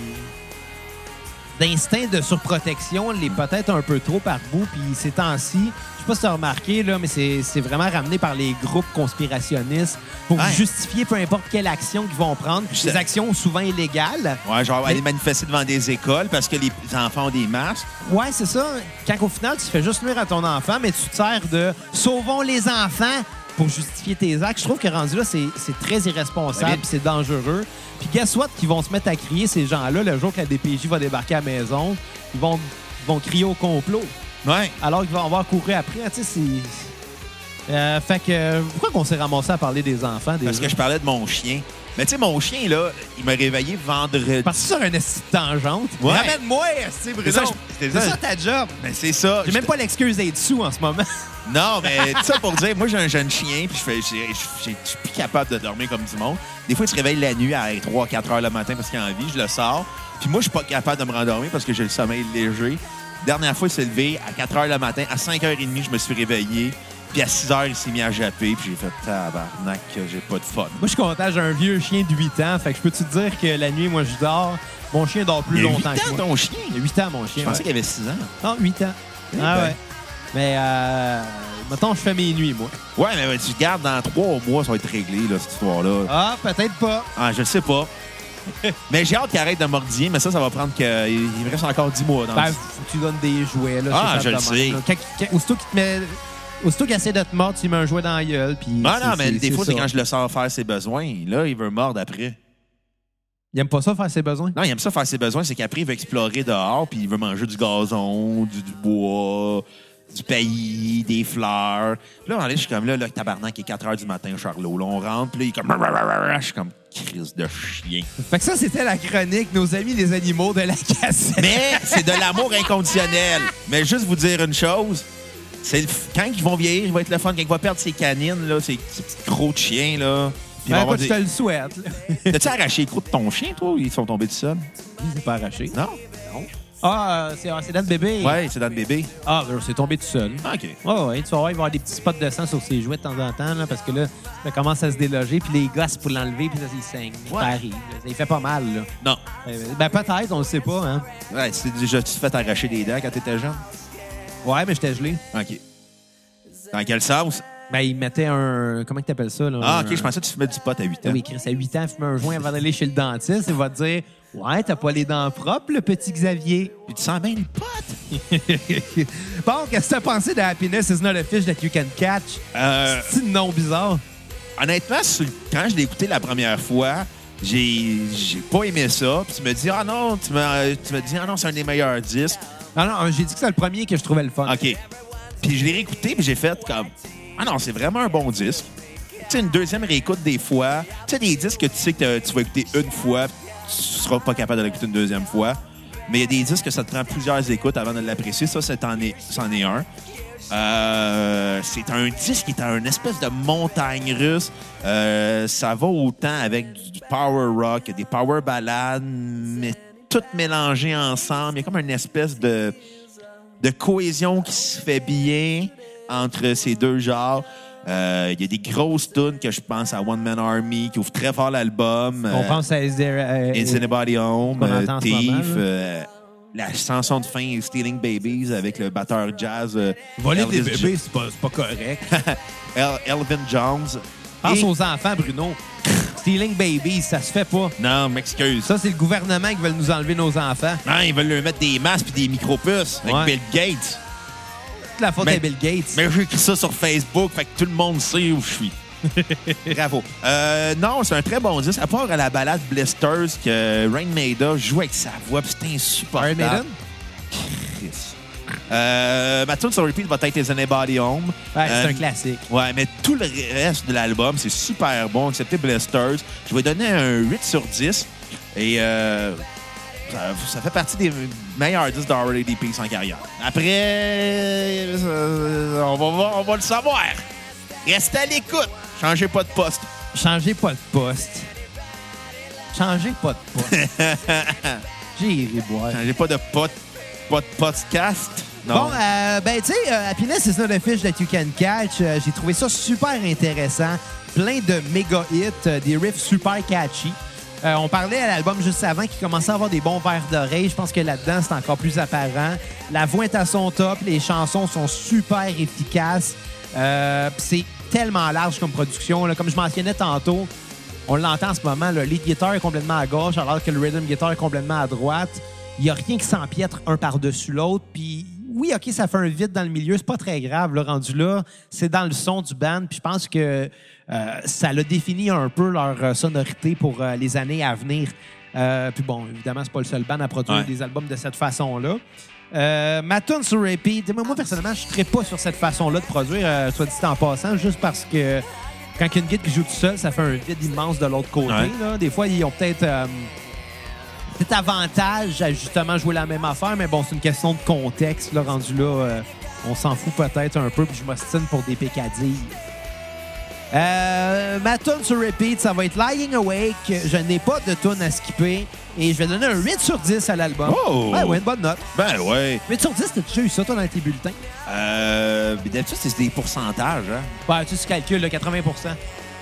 d'instinct de surprotection l'est peut-être un peu trop par bout. Puis ces temps-ci, je sais pas si tu as remarqué, là, mais c'est c'est vraiment ramené par les groupes conspirationnistes pour Ouais. justifier peu importe quelle action qu'ils vont prendre. Je Des sais. actions souvent illégales. Ouais, genre Mais- aller manifester devant des écoles parce que les enfants ont des masques. Ouais, c'est ça. Quand au final, tu fais juste nuire à ton enfant, mais tu te sers de « sauvons les enfants » pour justifier tes actes. Je trouve que rendu là, c'est c'est très irresponsable, Ok. puis c'est dangereux. Puis guess what, qu'ils vont se mettre à crier, ces gens-là, le jour que la D P J va débarquer à la maison, ils vont, ils vont crier au complot, Ouais. alors qu'ils vont avoir couru après. Tu sais, c'est... Euh, fait que, pourquoi qu'on s'est ramassé à parler des enfants? Des Parce que je parlais de mon chien. Mais tu sais, mon chien, là, il m'a réveillé vendredi. Parce que sur un esti de tangente. Ouais. Ramène-moi, esti, Bruno. C'est ça, je- C'est c'est ça, ça. ta job. Mais c'est ça. J'ai même pas l'excuse d'être sous en ce moment. Non, mais tout ça pour dire, moi, j'ai un jeune chien, puis je fais- j'ai- j'ai- je suis plus capable de dormir comme du monde. Des fois, il se réveille la nuit à trois quatre heures le matin parce qu'il a envie, je le sors. Puis moi, je suis pas capable de me rendormir parce que j'ai le sommeil léger. Dernière fois, il s'est levé à quatre heures le matin. À cinq heures trente, je me suis réveillé. Puis à six heures, il s'est mis à japper. Puis j'ai fait tabarnak, j'ai pas de fun. Moi, je suis content, j'ai un vieux chien de huit ans. Fait que je peux te dire que la nuit, moi, je dors. Mon chien dort plus Il y a longtemps huit que ans, moi. ton chien? Il y a huit ans, mon chien. Je pensais ouais. qu'il avait six ans. Non, huit ans. Eh Ah ben. ouais. Mais, euh, mettons, je fais mes nuits, moi. Ouais, mais ouais, tu gardes dans trois mois, ça va être réglé, là, cette histoire-là. Ah, peut-être pas. Ah, je le sais pas. Mais j'ai hâte qu'il arrête de mordiller, mais ça, ça va prendre que. Il me reste encore dix mois dans Ben, le- faut que tu donnes des jouets, là. Ah, c'est je pas le de même, sais. là. Quand, quand- aussitôt qu'il te met... Aussitôt qu'il essaie de te mordre, tu lui mets un jouet dans la gueule, puis... Non, c'est- non, mais c'est- des fois, c'est ça. quand je le sens faire ses besoins. Là, il veut mordre après. Il aime pas ça, faire ses besoins? Non, il aime ça faire ses besoins, c'est qu'après, il veut explorer dehors, puis il veut manger du gazon, du, du bois, du pays, des fleurs. Puis là, on je suis comme là, là, tabarnak, il est quatre heures du matin, Charlot. Là, on rentre, puis là, il est comme. Je suis comme crise de chien. Fait que ça, c'était la chronique, nos amis les animaux de la cassette. Mais c'est de l'amour inconditionnel. Mais juste vous dire une chose. C'est le f- quand ils vont vieillir, il va être le fun. Quand il va perdre ses canines, là, ses, ses petits crocs de chien, là. Puis il va Ben, avoir écoute, des- je te le souhaite. là. T'as-tu arraché les crocs de ton chien, toi, ou ils sont tombés du sol? Il s'est pas arraché. Non? Ah, euh, c'est ah, c'est dans le bébé. Ouais, c'est dans le bébé. Ah, ben, c'est tombé tout seul. Ah, OK. Ouais, ouais, tu vas voir, il va y avoir des petits spots de sang sur ses jouets de temps en temps, là, parce que là, ça commence à se déloger, puis les gosses pour l'enlever, puis là, il saigne. Ouais. Ça arrive. là. Il fait pas mal, là. Non. Euh, Ben, peut-être, on le sait pas, hein. Ouais, tu t'es déjà tu te fait arracher des dents quand t'étais jeune? Ouais, mais j'étais gelé. OK. Dans quel sens? Ben, il mettait un. Comment tu appelles ça, là? Ah, Un- OK, je pensais que tu fumais du pot à huit ans. Oui, Chris, à huit ans, fumer un joint avant d'aller chez le dentiste, il va te dire Ouais, t'as pas les dents propres, le petit Xavier. Puis tu sens bien le pot. Bon, qu'est-ce que t'as pensé de Happiness is not a fish that you can catch? Euh, C'est un nom bizarre. honnêtement, sur- quand je l'ai écouté la première fois, j'ai j'ai pas aimé ça. Puis tu me dis, ah non, tu me, tu me dis, ah non, c'est un des meilleurs disques. Non, non, j'ai dit que c'est le premier que je trouvais le fun. OK. Puis je l'ai réécouté, puis j'ai fait comme, ah non, c'est vraiment un bon disque. Tu sais, une deuxième réécoute des fois. Tu sais, des disques que tu sais que tu vas écouter une fois, tu seras pas capable de l'écouter une deuxième fois. Mais il y a des disques que ça te prend plusieurs écoutes avant de l'apprécier. Ça, c'en est, c'en est un. Euh, c'est un disque qui est une espèce de montagne russe. Euh, ça va autant avec du power rock, des power ballades, mais tout mélangé ensemble. Il y a comme une espèce de, de cohésion qui se fait bien entre ces deux genres. Euh, Il y a des grosses tunes que je pense à One Man Army qui ouvre très fort l'album. On Euh, pense à Is There... euh, Is Anybody Home, qu'on euh, entend en ce Thief, moment, là. euh, la chanson de fin Stealing Babies avec le batteur jazz euh, Voler des Elvis bébés, c'est pas, c'est pas correct. El- Elvin Jones. Pense Et- aux enfants, Bruno. Stealing babies, ça se fait pas. Non, m'excuse. Ça, c'est le gouvernement qui veut nous enlever nos enfants. Non, ils veulent leur mettre des masques et des micro-puces avec Ouais. Bill Gates. Toute la faute Mais- à Bill Gates. Mais j'ai écrit ça sur Facebook, fait que tout le monde sait où je suis. Bravo. Euh, non, c'est un très bon disque. À part à la balade Blisters que Rain Maida joue avec sa voix, puis c'est insupportable. Iron Maiden? Christ. Euh, ma tune sur repeat va être Is Anybody Home. Ouais, c'est Euh, un classique. Ouais, mais tout le reste de l'album, c'est super bon, excepté Blisters. Je vais donner un huit sur dix. Et euh, ça, ça fait partie des meilleurs disques d'R A D P en carrière. Après, euh, on, va voir, on va le savoir. Restez à l'écoute. Changez pas de poste. Changez pas de poste. Changez pas de poste. J'ai iré boire. Changez pas de pot, pas de podcast. Non. Bon, euh, ben, tu sais, euh, Happiness is not a fish that you can catch. Euh, J'ai trouvé ça super intéressant. Plein de méga hits, euh, des riffs super catchy. Euh, on parlait à l'album juste avant qui commençait à avoir des bons verres d'oreille. Je pense que là-dedans, c'est encore plus apparent. La voix est à son top. Les chansons sont super efficaces. Euh, pis c'est tellement large comme production. Là. Comme je mentionnais tantôt, on l'entend en ce moment. Le lead guitar est complètement à gauche alors que le rhythm guitar est complètement à droite. Il n'y a rien qui s'empiètre un par-dessus l'autre. Puis oui, OK, ça fait un vide dans le milieu. C'est pas très grave, le rendu là. C'est dans le son du band. Puis je pense que euh, ça l'a défini un peu leur euh, sonorité pour euh, les années à venir. Euh, puis bon, évidemment, c'est pas le seul band à produire Ouais. des albums de cette façon-là. Euh, ma tune sur repeat, moi, moi, personnellement, je ne serais pas sur cette façon-là de produire, euh, soit dit en passant, juste parce que quand il y a une guide qui joue tout seul, ça fait un vide immense de l'autre côté. Ouais. Là. Des fois, ils ont peut-être euh, peut-être avantage à justement jouer la même affaire, mais bon, c'est une question de contexte. Là, rendu là, euh, on s'en fout peut-être un peu, puis je m'ostine pour des pécadilles. Euh, ma tune sur repeat, ça va être Lying Awake. Je n'ai pas de tune à skipper. Et je vais donner un huit sur dix à l'album. Oh! Ouais, ouais, une bonne note. Ben ouais. huit sur dix, t'as déjà eu ça, toi, dans tes bulletins? Euh, mais d'habitude, c'est des pourcentages. Hein? Ouais, tu sais, tu calcules, là, quatre-vingts pour cent.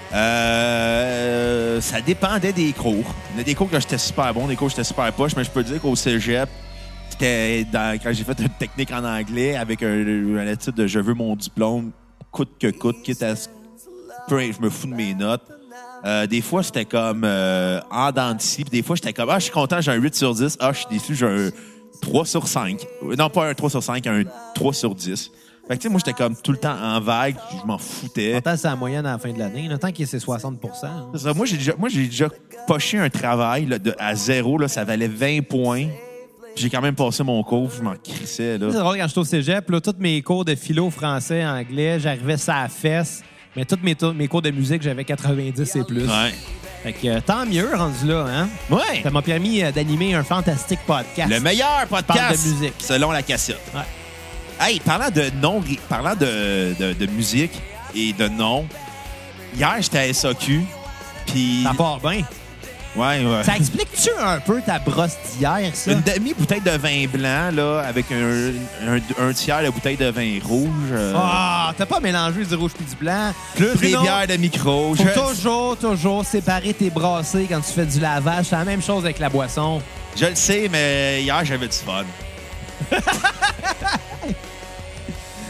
Euh, ça dépendait des cours. Il y a des cours que j'étais super bon, des cours que j'étais super poche, mais je peux dire qu'au cégep, c'était dans- quand j'ai fait une technique en anglais avec un, un étude de je veux mon diplôme, coûte que coûte, quitte à ce peu, je me fous de mes notes. Euh, des fois, c'était comme euh, en dents de scie, puis des fois, j'étais comme ah, je suis content, j'ai un huit sur dix. Ah, je suis déçu, j'ai un trois sur cinq. Non, pas un trois sur cinq, un trois sur dix. Fait que, tu sais, moi, j'étais comme tout le temps en vague, je m'en foutais. Pourtant, c'est la moyenne à la fin de l'année. Là, tant qu'il y a ces soixante pour cent. C'est ça. Moi, j'ai déjà, moi, j'ai déjà poché un travail là, de, à zéro. Là, ça valait vingt points. J'ai quand même passé mon cours. Je m'en crissais. Là. C'est drôle, quand j'étais au cégep, là, tous mes cours de philo, français, anglais, j'arrivais ça à fesse. Mais tous mes, tous mes cours de musique, j'avais quatre-vingt-dix et plus. Ouais. Fait que euh, tant mieux, rendu là, hein? Ouais. Ça m'a permis euh, d'animer un fantastique podcast. Le meilleur Parle podcast de musique. selon la cassette. Ouais. Hey, parlant de nom, parlant de, de, de musique et de nom, hier, j'étais à S A Q. Puis. Ça part bien. Ouais, ouais. Ça explique-tu un peu ta brosse d'hier, ça? Une demi-bouteille de vin blanc, là, avec un, un, un tiers de bouteille de vin rouge. euh, Ah, t'as pas mélangé du rouge puis du blanc. plus des Bruno, bières de micro. Faut Je, toujours, toujours séparer tes brassées quand tu fais du lavage. C'est la même chose avec la boisson. je le sais, mais hier, j'avais du fun.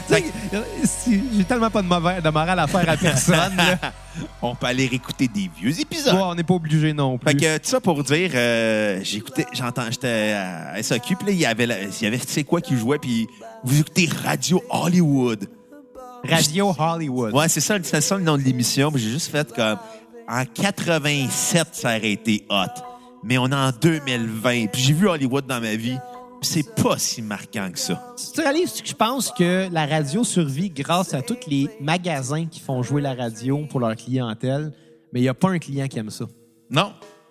sais, si- j'ai tellement pas de, mauvais, de morale à faire à personne. Là. On peut aller réécouter des vieux épisodes. Ouais, on n'est pas obligé non plus. Fait que, tout ça pour dire, euh, j'écoutais, j'entends, j'étais à S A Q, puis là, il y avait, la- il y avait, tu sais quoi, qui jouait, puis vous écoutez Radio Hollywood. Radio Hollywood. Ouais, c'est ça, c'est ça le nom de l'émission, puis j'ai juste fait comme, en quatre-vingt-sept, ça aurait été hot. Mais on est en deux mille vingt, puis j'ai vu Hollywood dans ma vie, puis c'est pas si marquant que ça. Tu réalises que je pense que la radio survit grâce à tous les magasins qui font jouer la radio pour leur clientèle, mais il n'y a pas un client qui aime ça. Non.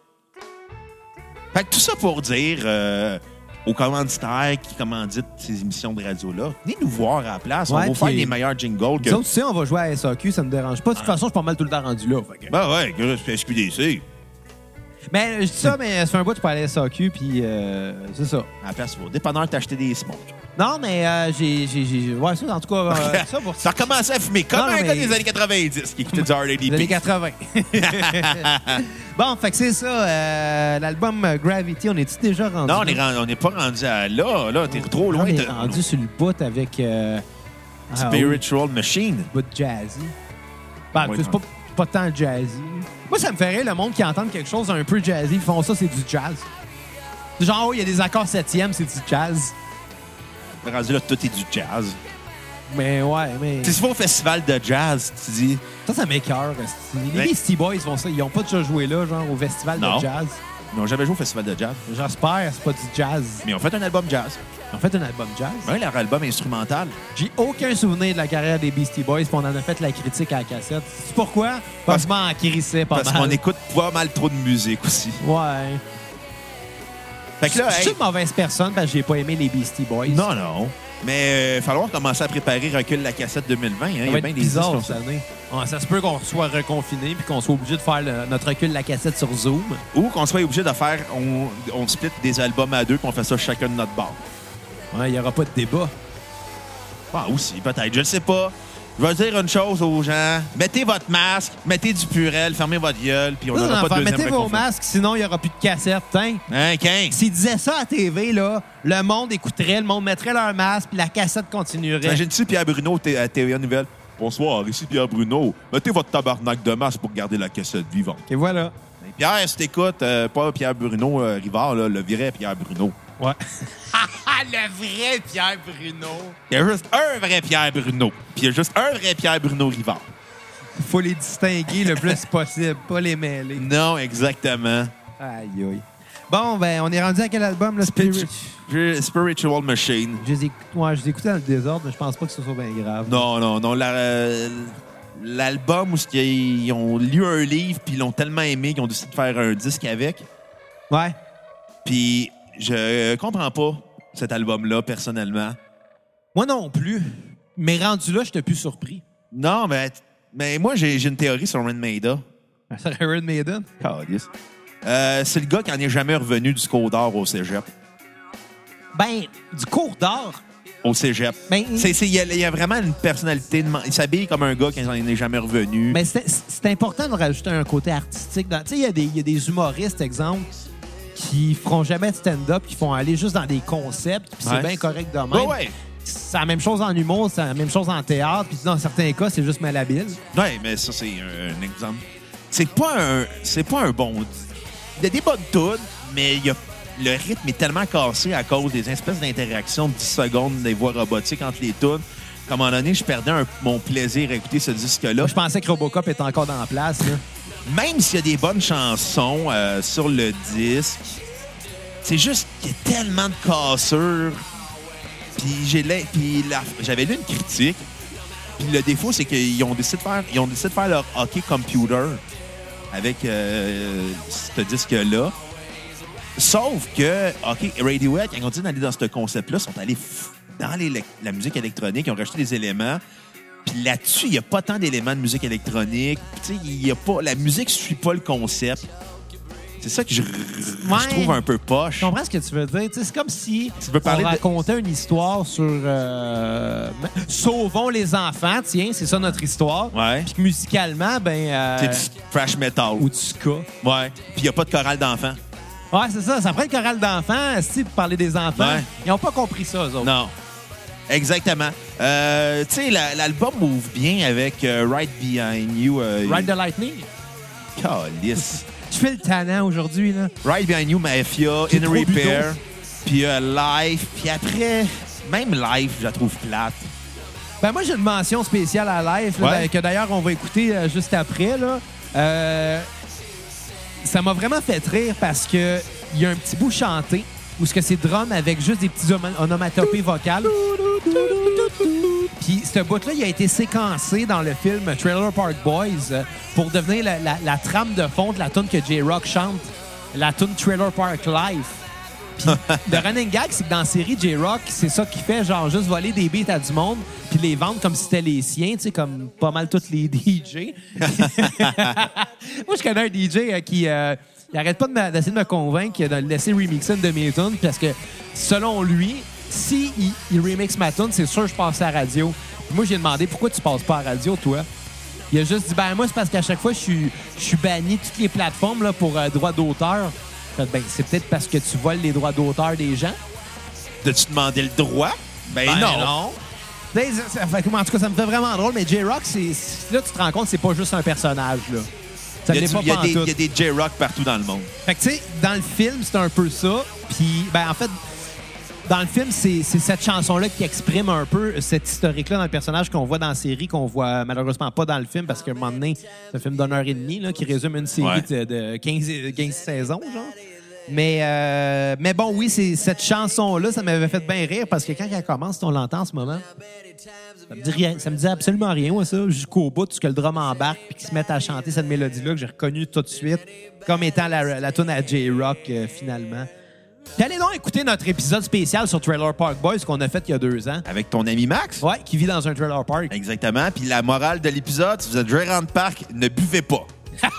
Fait que tout ça pour dire euh, aux commanditaires qui commanditent ces émissions de radio-là, venez nous voir à la place. Ouais, on va faire puis- les meilleurs jingles. Que... Nous autres, tu sais, on va jouer à S A Q, ça me dérange pas. De toute façon, je suis pas mal tout le temps rendu là. fait que- Ben ouais, que c'est S Q D C. Mais je dis ça, mais ça fait un bout que tu peux aller à S A Q, puis euh, c'est ça. À la place, au dépanneur, t'as acheté des smokes. Non, mais euh, j'ai, j'ai, j'ai... Ouais, ça, en tout cas, euh, ça pour Ça a commencé à fumer comme Non, un mais- gars des années quatre-vingt-dix qui écoutait du R D les années P. quatre-vingts. Bon, fait que c'est ça. euh, l'album Gravity, on est-tu déjà rendu? Non, on là? est, ren- on est pas rendu à là. Là, t'es trop loin. On est t'as- rendu sur le bout avec... Euh, ah, oui, Spiritual Machine. le bout jazzy. Ben, Ouais, c'est pas, pas tant jazzy. Moi, ça me fait rire le monde qui entend quelque chose un peu jazzy. Ils font ça, c'est du jazz. Genre, oh, il y a des accords septièmes, c'est du jazz. Rendu là, tout est du jazz. Mais ouais, mais... Tu sais, si tu vas au festival de jazz, tu dis... Ça, ça m'écoeure. Les Ben- Beastie Boys font ça. Ils ont pas déjà joué là, genre, au festival Non. de jazz. Ils n'ont jamais joué au festival de jazz. J'espère, c'est pas du jazz. Mais ils ont fait un album jazz. Ils ont fait un album jazz. Ouais, leur album instrumental. J'ai aucun souvenir de la carrière des Beastie Boys, puis on en a fait la critique à la cassette. C'est pourquoi? Parce que je m'en crissais pas Parce mal. qu'on écoute pas mal trop de musique aussi. Ouais. Fait que là, Je suis hey, une mauvaise personne parce que j'ai pas aimé les Beastie Boys. non, non. Mais il va falloir commencer à préparer Recul la cassette deux mille vingt. Hein. Ça Il y va a être bien des bizarre disques cette comme ça. année. Ouais, ça se peut qu'on soit reconfiné puis qu'on soit obligé de faire le- notre recul de la cassette sur Zoom. Ou qu'on soit obligé de faire... On, on split des albums à deux puis on fait ça chacun de notre bar. Ouais, il n'y aura pas de débat. Ah, aussi, peut-être. Je ne sais pas. Je vais dire une chose aux gens. Mettez votre masque, mettez du Purel, fermez votre gueule, puis on Ça, n'aura pas de l'enfer, deuxième mettez vos reconfinement. masques, sinon il n'y aura plus de cassette. Hein? Hein, quinze? S'ils disaient ça à T V, là, le monde écouterait, le monde mettrait leur masque, puis la cassette continuerait. Imagine-tu Pierre Bruno t- à T V A Nouvelle? Bonsoir, ici Pierre Bruno. Mettez votre tabarnak de masque pour garder la cassette vivante. Et voilà. Pierre, si t'écoutes, euh, pas Pierre Bruno euh, Rivard, là, le vrai Pierre Bruno. Ouais. le vrai Pierre Bruno. Il y a juste un vrai Pierre Bruno. Puis il y a juste un vrai Pierre Bruno Rivard. Il faut les distinguer le plus possible, pas les mêler. Non, exactement. Aïe, aïe. Bon, ben, on est rendu à quel album, le Spirit? Spirit- Spiritual Machine. Je les ai, ouais, je les ai écoutés dans le désordre, mais je pense pas que ce soit bien grave. Non, non, non. la- euh, L'album où ils ont lu un livre puis ils l'ont tellement aimé qu'ils ont décidé de faire un disque avec. Ouais. Puis je comprends pas cet album-là, personnellement. Moi non plus. Mais rendu là, j'étais plus surpris. Non, mais, mais moi, j'ai j'ai une théorie sur Iron Maiden. Ça serait Iron Maiden? Calisse. Euh, c'est le gars qui en est jamais revenu du cours d'art au cégep. Ben, du cours d'art. Au cégep. Ben, C'est- c'est- Il y, a- il y a vraiment une personnalité. de man- Il s'habille comme un gars qui n'en est jamais revenu. Ben, c'est c'est important de rajouter un côté artistique. dans- Tu sais, il y, a des- il y a des humoristes, exemple, qui feront jamais de stand-up, qui font aller juste dans des concepts, puis Ouais. c'est bien correct de même. Ouais, ouais. C'est la même chose en humour, c'est la même chose en théâtre, puis dans certains cas, c'est juste malhabile. Ouais, mais ça, c'est un, un exemple. C'est pas un, c'est pas un bon. Il y a des bonnes tunes, mais il y a, le rythme est tellement cassé à cause des espèces d'interactions de dix secondes, des voix robotiques entre les tunes. qu'à un moment donné, je perdais un- mon plaisir à écouter ce disque-là. Je pensais que Robocop était encore dans la place. Là. Même s'il y a des bonnes chansons euh, sur le disque, c'est juste qu'il y a tellement de cassures. Puis j'ai l'im- puis la- j'avais lu une critique. Puis le défaut, c'est qu'ils ont décidé de faire, ils ont décidé de faire leur hockey computer avec euh, ce disque-là. Sauf que, OK, Radiohead, quand ils ont dit d'aller dans ce concept-là, sont allés f- dans les- la musique électronique, ils ont rajouté des éléments. Puis là-dessus, il n'y a pas tant d'éléments de musique électronique. Puis tu sais, il y a pas, la musique ne suit pas le concept. C'est ça que je, je trouve un peu poche. Je comprends ce que tu veux dire. Tu sais, c'est comme si Tu veux parler on de- racontait une histoire sur euh, Sauvons les enfants, tiens, c'est ça notre histoire. Ouais. Puis que musicalement, ben. euh, C'est du thrash metal. ou du ska. Ouais. Puis il n'y a pas de chorale d'enfants. Ouais, c'est ça. Ça prend une chorale d'enfants, si, pour parler des enfants. Ouais. Ils n'ont pas compris ça, eux autres. Non. Exactement. Euh, tu sais, la- l'album ouvre bien avec euh, Right Behind You. Euh, Ride the Lightning. Calice. Je fais le tannant aujourd'hui, là. Right Behind You, Mafia, J'ai In trop bu Repair, d'eau. puis euh, Live, puis après, même Live, je la trouve plate. Ben moi, j'ai une mention spéciale à Live, là, Ouais. ben, que d'ailleurs, on va écouter euh, juste après. Là. Euh, ça m'a vraiment fait rire parce que il y a un petit bout chanté où ce que c'est drum avec juste des petits onom- onomatopées vocales. Puis ce bout-là, il a été séquencé dans le film Trailer Park Boys euh, pour devenir la, la- la trame de fond de la tune que J-Rock chante, la tune Trailer Park Live. Puis le running gag, c'est que dans la série J-Rock, c'est ça qu'il fait, genre juste voler des beats à du monde puis les vendre comme si c'était les siens, tu sais, comme pas mal tous les D J. Moi, je connais un D J euh, qui... euh, il arrête pas de me- d'essayer de me convaincre de le laisser remixer une de mes tunes parce que, selon lui, si il, il remixe ma tune, c'est sûr que je passe à la radio. Puis moi, j'ai demandé pourquoi tu passes pas à la radio, toi? Il a juste dit, ben moi, c'est parce qu'à chaque fois, je suis je suis banni de toutes les plateformes là, pour euh, droits d'auteur. Fait que, ben, c'est peut-être parce que tu voles les droits d'auteur des gens. T'as-tu demandé le droit? Ben, Ben non. non. Ben, ça- ça fait que, en tout cas, ça me fait vraiment drôle, mais J-Rock, c'est, c'est- là, tu te rends compte, c'est pas juste un personnage, là. Ça Il y, l'est a du- pas il y a des- pantoute. il y a des J-Rock partout dans le monde. Fait que, tu sais, dans le film, c'est un peu ça. Puis, ben, en fait, dans le film, c'est c'est cette chanson-là qui exprime un peu cette historique-là dans le personnage qu'on voit dans la série, qu'on voit malheureusement pas dans le film, parce qu'à un moment donné, c'est un film d'une heure et demie là, qui résume une série Ouais. de, de quinze, quinze saisons, genre. Mais, euh, mais bon, oui, c'est cette chanson-là, ça m'avait fait bien rire parce que quand elle commence, on l'entend en ce moment, ça me dit rien, ça me dit absolument rien, moi, ça, jusqu'au bout, tout ce que le drum embarque puis qu'ils se mettent à chanter cette mélodie-là que j'ai reconnue tout de suite comme étant la, la tune à J-Rock, euh, finalement. Puis allez donc écouter notre épisode spécial sur Trailer Park Boys qu'on a fait il y a deux ans. Avec ton ami Max? Ouais, qui vit dans un trailer park. Exactement. Puis la morale de l'épisode, si vous êtes Gérant Park, ne buvez pas.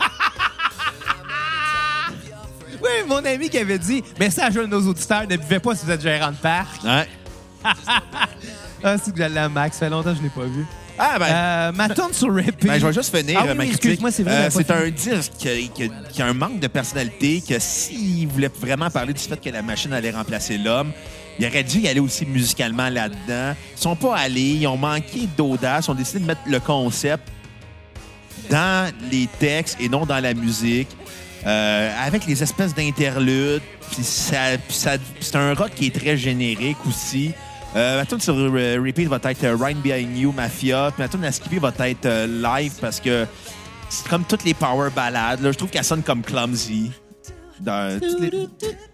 Oui, mon ami qui avait dit message à nos auditeurs, ne buvez pas si vous êtes gérant de parc. Ouais. Ah, c'est que j'allais à Max, ça fait longtemps que je l'ai pas vu. Ah, ben, Euh, ma tune sur repeat. ben, je vais juste finir Ah oui, euh, ma oui, critique. excuse-moi, c'est vrai, Euh, j'avais c'est pas un fini. disque qui, qui- qui a un manque de personnalité, que s'il voulait vraiment parler du fait que la machine allait remplacer l'homme, il aurait dû y aller aussi musicalement là-dedans. Ils sont pas allés, ils ont manqué d'audace, ils ont décidé de mettre le concept dans les textes et non dans la musique, euh, avec les espèces d'interludes. Puis ça, puis ça- c'est un rock qui est très générique aussi. Euh, ma tune sur euh, repeat va être euh, Right Behind You, Mafia. Puis ma tune à skipper va être euh, Live parce que c'est comme toutes les power ballades. Là, je trouve qu'elle sonne comme clumsy. Dans toutes les...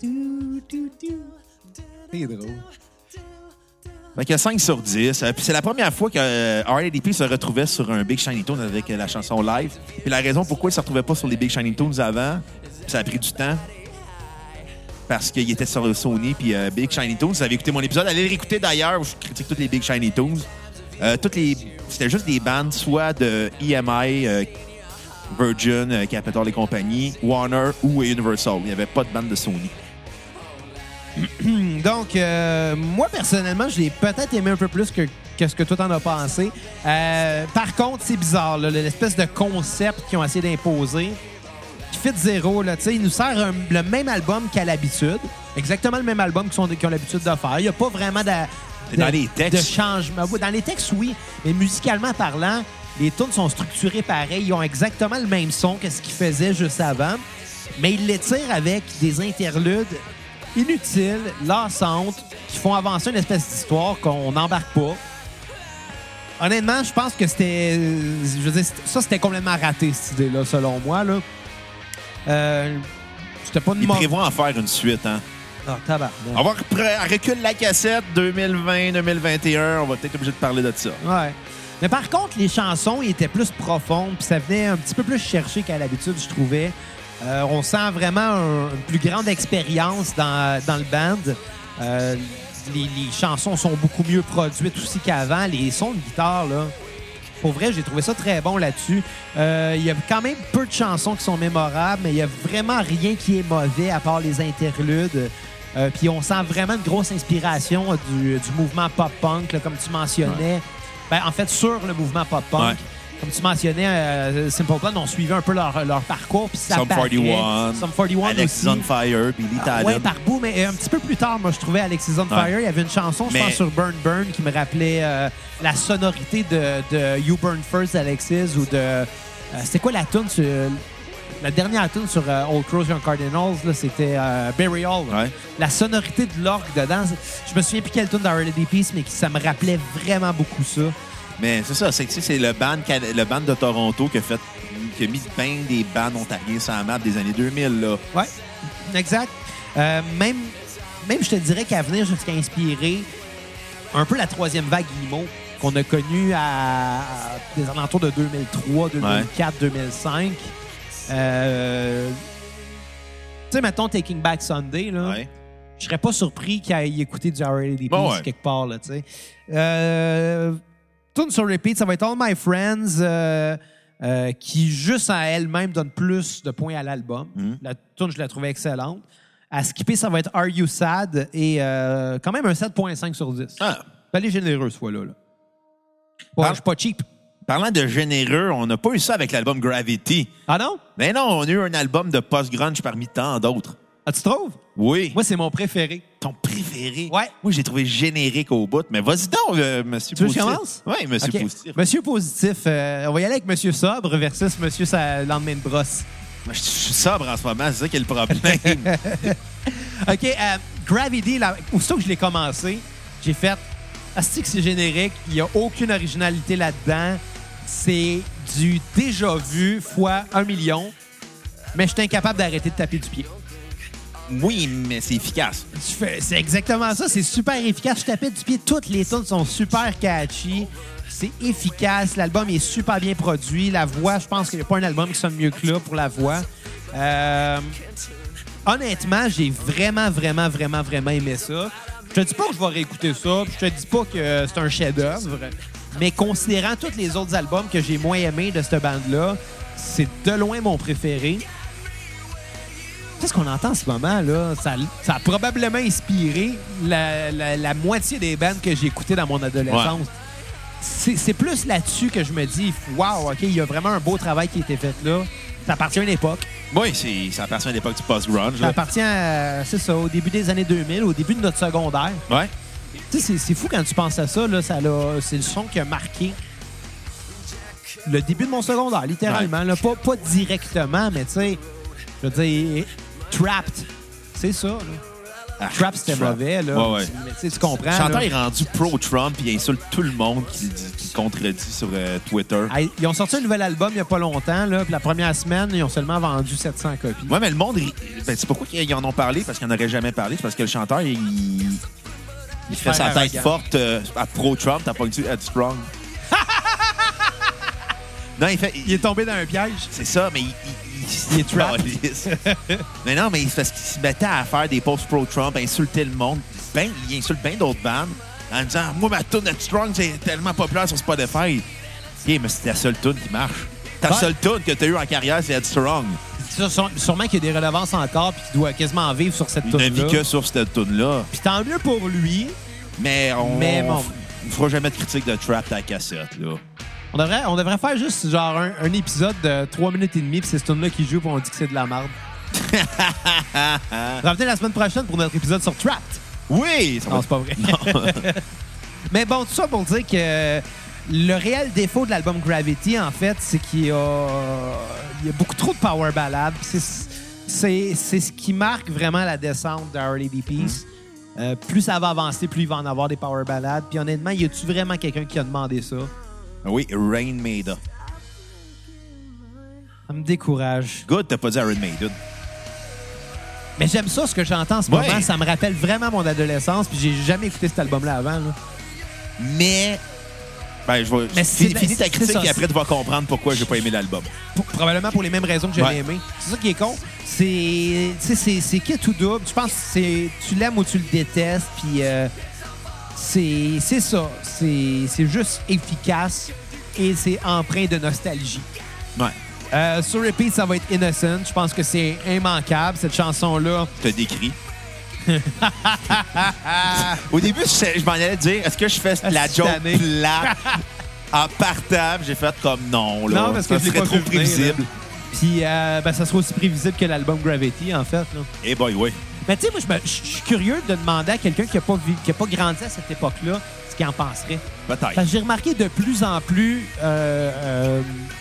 C'est drôle. Fait que cinq sur dix. Euh, puis c'est la première fois que euh, R A D P se retrouvait sur un Big Shiny Tunes avec euh, la chanson Live. Puis la raison pourquoi il se retrouvait pas sur les Big Shiny Tunes avant, ça a pris du temps. Parce qu'il était sur le Sony puis euh, Big Shiny Tunes. Vous avez écouté mon épisode. Allez le réécouter d'ailleurs où je critique toutes les Big Shiny Tunes. Euh, toutes les... C'était juste des bandes soit de E M I, euh, Virgin, euh, Capitol et compagnie, Warner ou Universal. Il n'y avait pas de bande de Sony. Donc, euh, moi, personnellement, je l'ai peut-être aimé un peu plus que, que ce que toi t'en as pensé. Euh, par contre, c'est bizarre, là, l'espèce de concept qu'ils ont essayé d'imposer. Qui fait de zéro, là, tu sais, il nous sert un- le même album qu'à l'habitude. Exactement le même album qu'ils, sont- qu'ils ont l'habitude de faire. Il n'y a pas vraiment de, C'est de- dans les textes. de changement. Oui, dans les textes, oui. Mais musicalement parlant, les tunes sont structurées pareil. Ils ont exactement le même son que ce qu'ils faisaient juste avant. Mais ils l'étirent avec des interludes inutiles, lassantes, qui font avancer une espèce d'histoire qu'on n'embarque pas. Honnêtement, je pense que c'était... Je veux dire, ça, c'était complètement raté, cette idée-là, selon moi, là. Euh, c'était pas une Il mauvaise- prévoit en faire une suite, hein? Ah, tabarnak. On va repre- recule la cassette deux mille vingt deux mille vingt et un. On va peut-être obligé de parler de ça. Ouais. Mais par contre, les chansons ils étaient plus profondes, puis ça venait un petit peu plus chercher qu'à l'habitude, je trouvais. Euh, on sent vraiment un- une plus grande expérience dans, dans le band. Euh, les, les chansons sont beaucoup mieux produites aussi qu'avant. Les sons de guitare, là, pour vrai, j'ai trouvé ça très bon là-dessus. Euh, Il y a quand même peu de chansons qui sont mémorables, mais il n'y a vraiment rien qui est mauvais à part les interludes. Euh, Puis on sent vraiment une grosse inspiration du, du mouvement pop-punk, là, comme tu mentionnais. Ben, en fait, sur le mouvement pop-punk. Ouais. comme tu mentionnais, euh, Simple Plan ont suivi un peu leur, leur parcours. Puis ça Sum paraît. quarante et un. Sum quarante et un Alexis aussi. on Fire, Billy Ah, Talent. ouais, par bout, mais un petit peu plus tard, moi, je trouvais Alexis on Ouais. Fire. Il y avait une chanson, je Mais- pense, sur Burn Burn qui me rappelait euh, la sonorité de, de You Burn First, Alexis, ou de... Euh, c'était quoi la tune sur... La dernière tune sur euh, Old Crows Young Cardinals, là, c'était euh, Burial. Ouais. La sonorité de l'orgue dedans, je me souviens plus quelle tune dans Early Day Peace, mais qui- ça me rappelait vraiment beaucoup ça. Mais c'est ça, c'est que c'est le band, cana- le band de Toronto qui a fait qui a mis bien des bands ontariens sur la map des années deux mille. Là. Ouais, exact. Euh, même, même, je te dirais qu'à venir, jusqu'à inspirer un peu la troisième vague emo qu'on a connue à, à des alentours de deux mille trois, deux mille quatre, deux mille cinq. Euh, tu sais, mettons Taking Back Sunday, là. Ouais. Je serais pas surpris qu'il ait écouté du R L D P Bon, ouais. quelque part, là, tu sais. Euh, tune sur repeat, ça va être All My Friends, euh, euh, qui, juste à elle-même, donne plus de points à l'album. Mm. La tune, je la trouvais excellente. À skipper, ça va être Are You Sad? Et euh, quand même un sept virgule cinq sur dix. Ah. Fallait généreux, ce fois-là. Là. Ouais, Par- je suis pas cheap. Parlant de généreux, on n'a pas eu ça avec l'album Gravity. Ah non? Mais non, on a eu un album de post-grunge parmi tant d'autres. Ah, tu trouves? Oui. Moi, c'est mon préféré. Ton préféré? Ouais. Moi, j'ai trouvé générique au bout. Mais vas-y donc, euh, Monsieur Tu veux que je Positif. commence? Oui, Monsieur OK. Positif. Monsieur Positif, euh, on va y aller avec Monsieur Sobre versus Monsieur sa lendemain de brosse. Moi, je je suis sobre en ce moment, c'est ça qui est le problème. OK, euh, Gravity, là, aussitôt que je l'ai commencé, j'ai fait asti que c'est générique, il n'y a aucune originalité là-dedans. C'est du déjà vu fois un million, mais je suis incapable d'arrêter de taper du pied. Oui, mais c'est efficace. Je fais- C'est exactement ça, c'est super efficace. Je tapais du pied, toutes les tunes sont super catchy. C'est efficace, l'album est super bien produit. La voix, je pense qu'il n'y a pas un album qui sonne mieux que là pour la voix. Euh, honnêtement, j'ai vraiment, vraiment, vraiment, vraiment aimé ça. Je te dis pas que je vais réécouter ça, puis je te dis pas que c'est un chef-d'œuvre, mais considérant tous les autres albums que j'ai moins aimés de cette bande-là, c'est de loin mon préféré. Qu'est-ce qu'on entend en ce moment, là? Ça, ça a probablement inspiré la, la- la moitié des bandes que j'ai écoutées dans mon adolescence. Ouais. C'est c'est plus là-dessus que je me dis, wow, OK, il y a vraiment un beau travail qui a été fait là. Ça appartient à une époque. Oui, c'est, ça appartient à l'époque du post-grunge. Ça là. appartient, à, c'est ça, au début des années deux mille, au début de notre secondaire. Ouais. Tu sais, c'est- c'est fou quand tu penses à ça, là, ça l'a- c'est le son qui a marqué le début de mon secondaire, littéralement. Là. Pas, pas directement, mais tu sais, je veux dire, Trapped, c'est ça. Là. Ah, Trapped, c'était Trap. mauvais, là. Ouais, ouais. Mais tu sais, tu comprends. Le chanteur là. est rendu pro-Trump et il insulte tout le monde qui, le dit- qui le contredit sur euh, Twitter. Hey, ils ont sorti un nouvel album il n'y a pas longtemps, là, puis la première semaine, ils ont seulement vendu sept cents copies. Ouais, mais le monde, il- ben, c'est pourquoi ils en ont parlé, parce qu'ils n'en auraient jamais parlé. C'est parce que le chanteur, il, il fait sa tête arrogant. forte euh, à pro-Trump. T'as pas dit Headstrong. Non, il fait. Il est tombé dans un piège. C'est ça, mais il, il, Il est trapped. calisse. Mais non, mais c'est parce qu'il se mettait à faire des posts pro-Trump, à insulter le monde. Ben, il insulte bien d'autres bandes en disant moi, ma tune Headstrong, c'est tellement populaire sur Spotify. OK, mais c'est la seule tune qui marche. Ta Ouais. seule tune que tu as eue en carrière, c'est Headstrong. Sûre- sûre- Sûrement qu'il y a des relevances encore, puis qu'il doit quasiment vivre sur cette Il n'a tune-là. vu que sur cette tune-là. Puis tant mieux pour lui. Mais on Mais bon. ne fera jamais de critique de Trap à la cassette. Là. On devrait, on devrait faire juste genre un, un épisode de trois minutes et demie, puis c'est cette tune-là qui joue, puis on dit que c'est de la merde. Revenez la semaine prochaine pour notre épisode sur Trapped. Oui! Ça va Non, c'est pas vrai. Mais bon, tout ça pour dire que le réel défaut de l'album Gravity, en fait, c'est qu'il y a, il y a beaucoup trop de power ballades. Puis C'est, c'est, c'est ce qui marque vraiment la descente de Early D Peace. Euh, plus ça va avancer, plus il va en avoir des power ballades. Puis honnêtement, y a-tu vraiment quelqu'un qui a demandé ça? Oui, Rain Maida. Ça me décourage. Good, t'as pas dit Iron Maiden. Mais j'aime ça, ce que j'entends en ce Ouais. moment. Ça me rappelle vraiment mon adolescence. Puis j'ai jamais écouté cet album-là avant. Là. Mais. Ben, je vais. Mais c'est- Fini, fini ta c'est critique ça, et après, c'est- tu vas comprendre pourquoi j'ai pas aimé l'album. Pour- probablement pour les mêmes raisons que je Ouais. l'ai aimé. C'est ça qui est con. C'est, tu sais, c'est, c'est kit ou double. Je pense que c'est, tu l'aimes ou tu le détestes. Puis euh, c'est, c'est ça. C'est, c'est juste efficace et c'est empreint de nostalgie. Ouais. Euh, sur repeat, ça va être Innocent. Je pense que c'est immanquable, cette chanson-là. T'as décrit. Au début, je, je m'en allais dire, est-ce que je fais la Cette joke année. plate? en partant, j'ai fait comme non, là. Non, parce que ça je l'ai serait pas trop vu venir, prévisible. là. Puis, euh, ben, ça sera aussi prévisible que l'album Gravity, en fait. Là. Eh boy, oui. Mais tu sais, moi, je me- je suis curieux de demander à quelqu'un qui n'a pas, vi- qui a pas grandi à cette époque-là ce qu'il en penserait. Peut-être. Parce que j'ai remarqué de plus en plus... Euh, euh,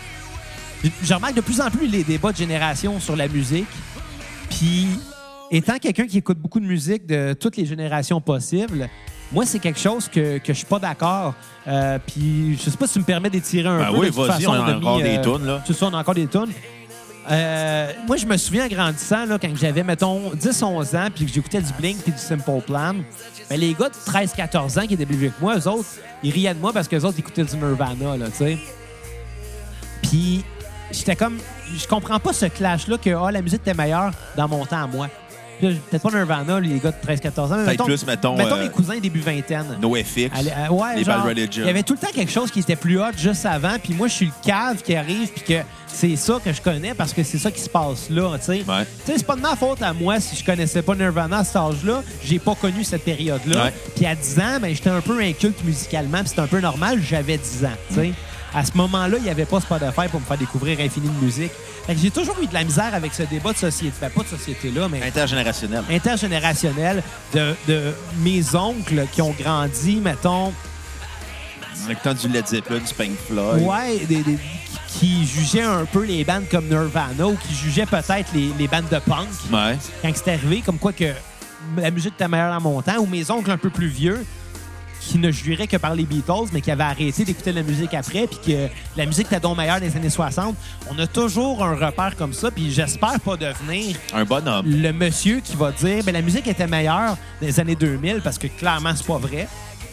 je remarque de plus en plus les débats de génération sur la musique. Puis, étant quelqu'un qui écoute beaucoup de musique de toutes les générations possibles, moi, c'est quelque chose que, que je suis pas d'accord. Euh, puis, je sais pas si tu me permets d'étirer un Ben peu. oui, de toute vas-y, façon, on a demi, encore des euh, tunes, là. C'est ça, on a encore des tunes. Euh, moi, je me souviens en grandissant, là, quand j'avais, mettons, dix onze ans, puis que j'écoutais du Blink puis du Simple Plan, ben, les gars de treize quatorze ans qui étaient plus vieux que moi, eux autres, ils riaient de moi parce qu'eux autres écoutaient du Nirvana, là, tu sais. Puis, j'étais comme... Je comprends pas ce clash-là que ah, la musique était meilleure dans mon temps à moi. Puis là, peut-être pas Nirvana, les gars de treize quatorze ans, mais Peut-être mettons, plus, mettons, mettons euh, mes cousins début vingtaine. NoFX, Allez, euh, ouais, les genre, Bad Religion. il y avait tout le temps quelque chose qui était plus hot juste avant, puis moi, je suis le cave qui arrive, puis que c'est ça que je connais parce que c'est ça qui se passe là, tu sais. Ouais. Tu sais, c'est pas de ma faute à moi si je connaissais pas Nirvana à cet âge-là. J'ai pas connu cette période-là. Ouais. Puis à dix ans, ben, j'étais un peu inculte musicalement, puis c'était un peu normal, j'avais dix ans, tu sais. À ce moment-là, il n'y avait pas Spotify pour me faire découvrir infini de musique. Fait que j'ai toujours eu de la misère avec ce débat de société. Ben, pas de société-là, mais Intergénérationnel. intergénérationnel de, de mes oncles qui ont grandi, mettons, Avec tant du Led Zeppelin, du Pink Floyd. ouais, des- des- qui jugeaient un peu les bandes comme Nirvana ou qui jugeaient peut-être les, les bandes de punk Ouais. quand c'est arrivé, comme quoi que la musique était meilleure dans mon temps, ou mes oncles un peu plus vieux qui ne juraient que par les Beatles, mais qui avaient arrêté d'écouter la musique après, puis que la musique était donc meilleure dans les années soixante. On a toujours un repère comme ça, puis j'espère pas devenir Un bonhomme. le monsieur qui va dire ben la musique était meilleure dans les années deux mille, parce que clairement, c'est pas vrai.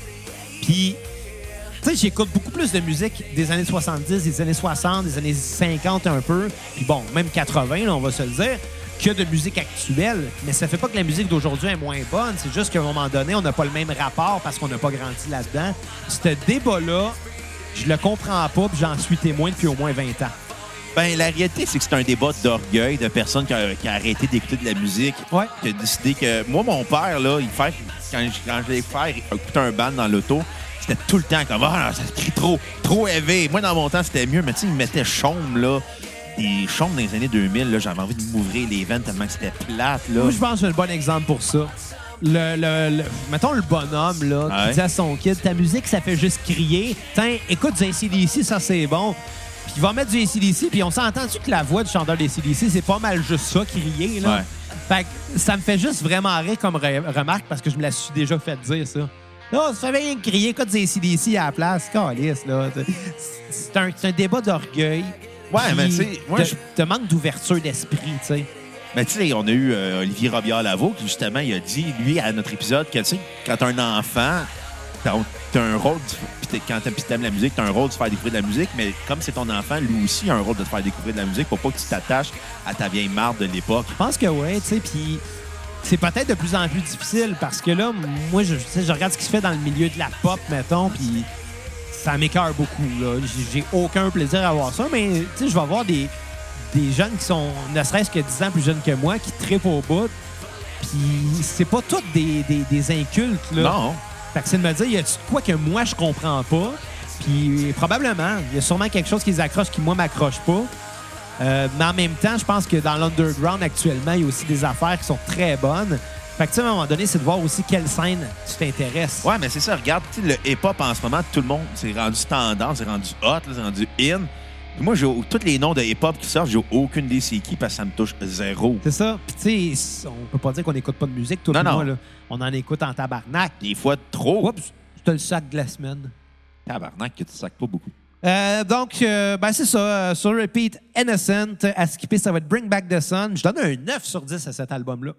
Puis, tu sais, j'écoute beaucoup plus de musique des années soixante-dix, des années soixante, des années cinquante un peu, puis bon, même quatre-vingts, là, on va se le dire, que de musique actuelle. Mais ça fait pas que la musique d'aujourd'hui est moins bonne, c'est juste qu'à un moment donné, on n'a pas le même rapport parce qu'on n'a pas grandi là-dedans. Ce débat-là, je le comprends pas, puis j'en suis témoin depuis au moins vingt ans. Ben, la réalité, c'est que c'est un débat d'orgueil de personnes qui a, qui a arrêté d'écouter de la musique. Ouais. Qui a décidé que... Moi, mon père, là, il fait... Quand je, quand je l'ai fait écouter un band dans l'auto, c'était tout le temps comme « Ah, ça crie trop, trop élevé. » Moi, dans mon temps, c'était mieux, mais tu sais, il mettait chaume, là. Des chaumes dans les années deux mille, là, j'avais envie de m'ouvrir les veines tellement que c'était plate, là. Moi, je pense que j'ai un bon exemple pour ça. Le, le, le- mettons le bonhomme là, Ouais. qui dit à son kid, ta musique, ça fait juste crier. Tiens, écoute du A C D C, ça c'est bon. Puis il va mettre du A C D C, puis on s'est entendu que la voix du chanteur d'A C D C, c'est pas mal juste ça, crier. Là. Ouais. Fait que ça me fait juste vraiment rire comme re- remarque parce que je me la suis déjà fait dire ça. Non, ça fait rien que crier, écoute du A C D C à la place. Calisse, là. C'est un, c'est un débat d'orgueil. Ouais, puis mais tu sais, moi, de, je- de manque d'ouverture d'esprit, tu sais. Mais tu sais, on a eu euh, Olivier Robillard-Lavaux qui, justement, il a dit, lui, à notre épisode, que tu sais, quand t'as un enfant, t'as, t'as un rôle, de- puis t'es- quand t'aimes, puis t'aimes la musique, t'as un rôle de faire découvrir de la musique, mais comme c'est ton enfant, lui aussi a un rôle de te faire découvrir de la musique pour pas que tu t'attaches à ta vieille marde de l'époque. Je pense que oui, tu sais, puis c'est peut-être de plus en plus difficile parce que là, moi, je, tu sais, je regarde ce qui se fait dans le milieu de la pop, mettons, puis ça m'écoeure beaucoup, là. J'ai j'ai aucun plaisir à voir ça, mais tu sais, je vais voir des, des jeunes qui sont ne serait-ce que dix ans plus jeunes que moi, qui trippent au bout, puis c'est pas tous des, des, des incultes, là. Non. Fait que c'est de me dire, y a-tu de quoi que moi, je comprends pas? Puis probablement, il y a sûrement quelque chose qui les accroche qui, moi, m'accroche pas. Euh, mais en même temps, je pense que dans l'underground, actuellement, il y a aussi des affaires qui sont très bonnes. Fait que, tu sais, à un moment donné, c'est de voir aussi quelle scène tu t'intéresses. Ouais, mais c'est ça, regarde, tu sais, le hip-hop en ce moment, tout le monde, c'est rendu tendance, c'est rendu hot, là, c'est rendu in. Puis moi, j'ai tous les noms de hip-hop qui sortent, j'ai aucune idée c'est qui parce que ça me touche zéro. C'est ça. Puis, tu sais, on peut pas dire qu'on n'écoute pas de musique, toi Non, et non. moi, là. On en écoute en tabarnak. Des fois, trop. Oups, c'est le sac de la semaine. Tabarnak, que tu sacs pas beaucoup. Euh, donc, euh, ben c'est ça. Euh, sur Repeat, Innocent. À skipper, ça va être Bring Back the Sun. Je donne un neuf sur dix à cet album-là.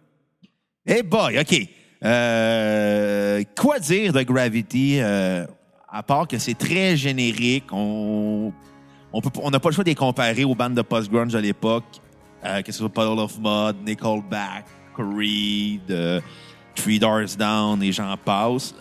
Eh boy, OK. Euh, quoi dire de Gravity, euh, à part que c'est très générique. On on peut, on n'a pas le choix de les comparer aux bandes de post-grunge de l'époque, euh, que ce soit Puddle of Mud, Nickelback, Creed, euh, Three Doors Down et j'en passe.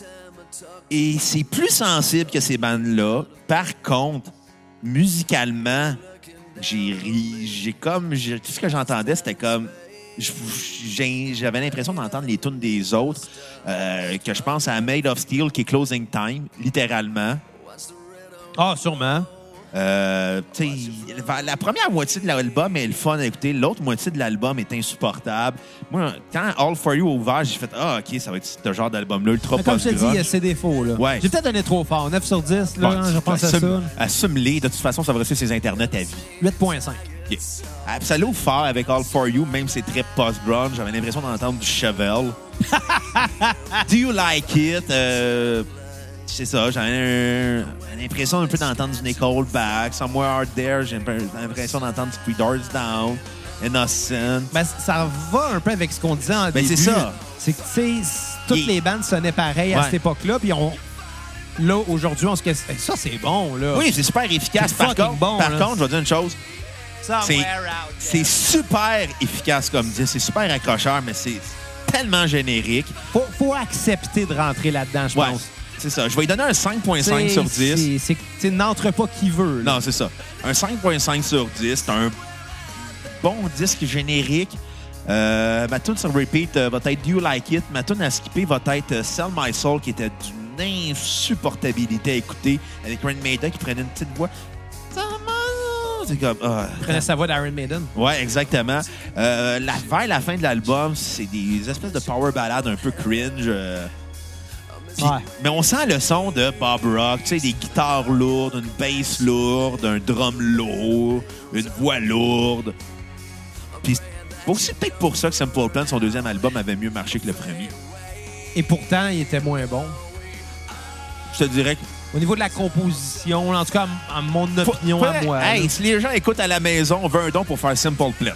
Et c'est plus sensible que ces bandes-là. Par contre, musicalement, j'ai ri. J'ai comme... j'ai- tout ce que j'entendais, c'était comme... j'ai- J'avais l'impression d'entendre les tunes des autres, euh, que je pense à Made of Steel, qui est Closing Time, littéralement. Ah, sûrement. Euh, tu sais, la première moitié de l'album est le fun à écouter. L'autre moitié de l'album est insupportable. Moi, quand All For You a ouvert, j'ai fait « Ah, OK, ça va être ce genre d'album-là, ultra Mais comme je te dis, post-grunge. il y a ses défauts. Là. Ouais. J'ai peut-être donné trop fort. neuf sur dix, là, Bon, je pense à ça. assume- Assume-les. De toute façon, ça va rester ses internets à vie. huit virgule cinq. OK. Ah, puis ça l'ouvre fort avec All For You, même si c'est très post-grunge. J'avais l'impression d'entendre du Chevelle. Do You Like It? Euh, c'est ça, j'avais un- l'impression un peu d'entendre du Nickelback. Somewhere Out There, j'ai l'impression d'entendre du Three Doors Down. Innocent. Ben, ça va un peu avec ce qu'on disait en Ben, début. c'est ça. C'est que, tu sais, toutes Il- les bandes sonnaient pareil à Ouais. cette époque-là, puis on... Là, aujourd'hui, on se questionne. Ça, c'est bon, là. Oui, c'est super efficace. C'est Par fucking contre, bon, par là. contre, je vais dire une chose. Somewhere c'est- out C'est there. super efficace comme dit. C'est super accrocheur, mais c'est tellement générique. Faut, faut accepter de rentrer là-dedans, je Ouais, pense. c'est ça. Je vais lui donner un cinq virgule cinq C'est- sur dix. c'est- C'est c'est n'entre pas qui veut. là. Non, c'est ça. Un cinq virgule cinq sur dix. C'est un bon disque générique. Euh, ma tune sur repeat euh, va être Do You Like It. Ma tune à skipper va être euh, Sell My Soul, qui était d'une insupportabilité à écouter, avec Iron Maiden qui prenait une petite voix. C'est comme... ah. Prenez sa voix d'Iron Maiden. Ouais, exactement. Euh, la, vers la fin de l'album, c'est des espèces de power ballades un peu cringe. euh, Puis- Ouais. Mais on sent le son de Bob Rock, tu sais, des guitares lourdes, une bass lourde, un drum lourd, une voix lourde. Puis c'est aussi peut-être pour ça que Simple Plan, son deuxième album, avait mieux marché que le premier. Et pourtant, il était moins bon. Je te dirais que... Au niveau de la composition, en tout cas, à mon opinion Faut- à moi. Hey, là. si les gens écoutent à la maison, on veut un don pour faire Simple Plan.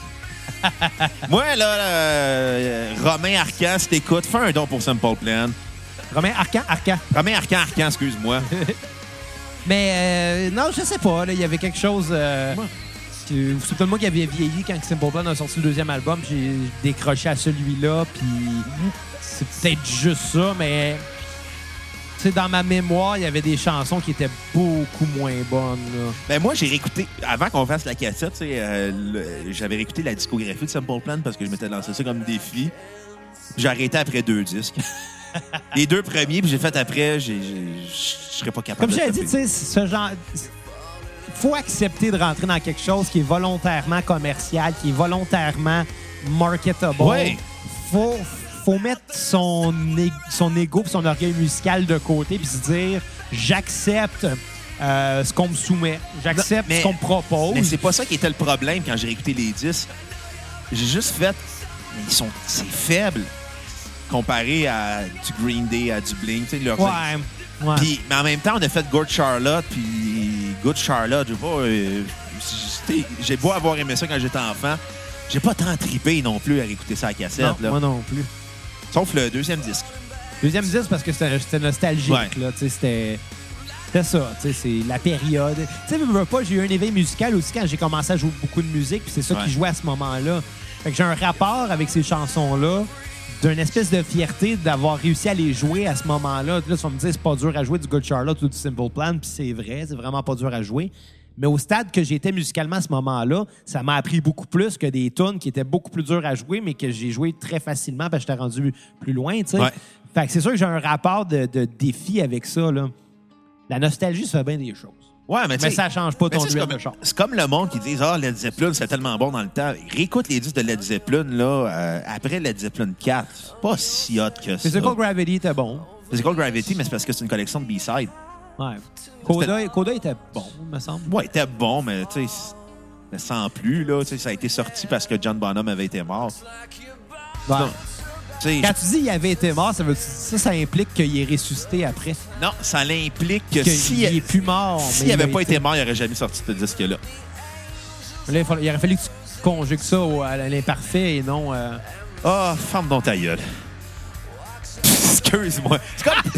Moi, là, euh, Romain Arcan, si t'écoutes, fais un don pour Simple Plan. Romain Arcan, Arcan. Romain Arcan, Arcan, excuse-moi. Mais euh, non, je sais pas. là, Il y avait quelque chose. Euh, Ouais. que- c'est peut-être moi qui avait vieilli quand Simple Plan a sorti le deuxième album. J'ai décroché à celui-là. Puis c'est peut-être juste ça, mais tu sais, dans ma mémoire, il y avait des chansons qui étaient beaucoup moins bonnes. Là. Ben moi, j'ai réécouté, avant qu'on fasse la cassette, tu sais, euh, le- j'avais réécouté la discographie de Simple Plan parce que je m'étais lancé ça comme défi. J'ai arrêté après deux disques. Les deux premiers, puis j'ai fait après, j'ai- j'ai- je serais pas capable Comme de j'ai dit, taper. tu sais, ce genre. Faut accepter de rentrer dans quelque chose qui est volontairement commercial, qui est volontairement marketable. Ouais. Faut, faut mettre son, é- son ego et son orgueil musical de côté puis se dire j'accepte euh, ce qu'on me soumet, j'accepte Non, mais- ce qu'on me propose. Mais c'est pas ça qui était le problème quand j'ai réécouté les disques. J'ai juste fait, mais ils sont, c'est faible comparé à du Green Day, à du Blink, tu sais, leurs- Ouais. ouais. Puis, mais en même temps, on a fait Good Charlotte, puis Good Charlotte, je sais pas, euh, j'ai- j'ai beau avoir aimé ça quand j'étais enfant, j'ai pas tant trippé non plus à écouter ça à cassette, Non, là. moi non plus. Sauf le deuxième disque. Deuxième disque parce que c'était c'était nostalgique. Ouais. Là, tu sais, c'était c'était ça. tu sais, C'est la période. Tu sais, veux, veux pas, j'ai eu un éveil musical aussi quand j'ai commencé à jouer beaucoup de musique. Puis c'est ça Ouais. qui jouait à ce moment-là. Fait que j'ai un rapport avec ces chansons-là d'une espèce de fierté d'avoir réussi à les jouer à ce moment-là. Là, tu vas me dire, c'est pas dur à jouer du Good Charlotte ou du Simple Plan. Puis c'est vrai, c'est vraiment pas dur à jouer. Mais au stade que j'étais musicalement à ce moment-là, ça m'a appris beaucoup plus que des tunes qui étaient beaucoup plus dures à jouer, mais que j'ai joué très facilement parce que j'étais rendu plus loin, tu sais. Ouais. Fait que c'est sûr que j'ai un rapport de, de défi avec ça, là. La nostalgie, ça fait bien des choses. Ouais, mais tu Mais sais- ça change pas mais ton tu sais, c'est duel comme, de char. c'est comme le monde qui dit « Ah, Led Zeppelin, c'était tellement bon dans le temps. » Réécoute les disques de Led Zeppelin, là, euh, après Led Zeppelin quatre. C'est pas si hot que ça. Physical Gravity était bon. Physical Gravity, mais c'est parce que c'est une collection de B-sides. Ouais. Coda, Coda était bon, me semble. Ouais, il était bon, mais tu sais, c'est- sans plus, là. Tu sais, ça a été sorti parce que John Bonham avait été mort. Ouais. Non. Tu sais, Quand tu dis qu'il avait été mort, ça, veut, ça, ça implique qu'il est ressuscité après. non, ça l'implique que Qu'il s'il est plus mort. s'il mais il avait a pas été mort, il aurait jamais sorti ce disque-là. Là, il, fallait- il aurait fallu que tu conjugues ça au- à l'imparfait et non... euh, Ah, ferme donc ta gueule. Excuse-moi. C'est comme...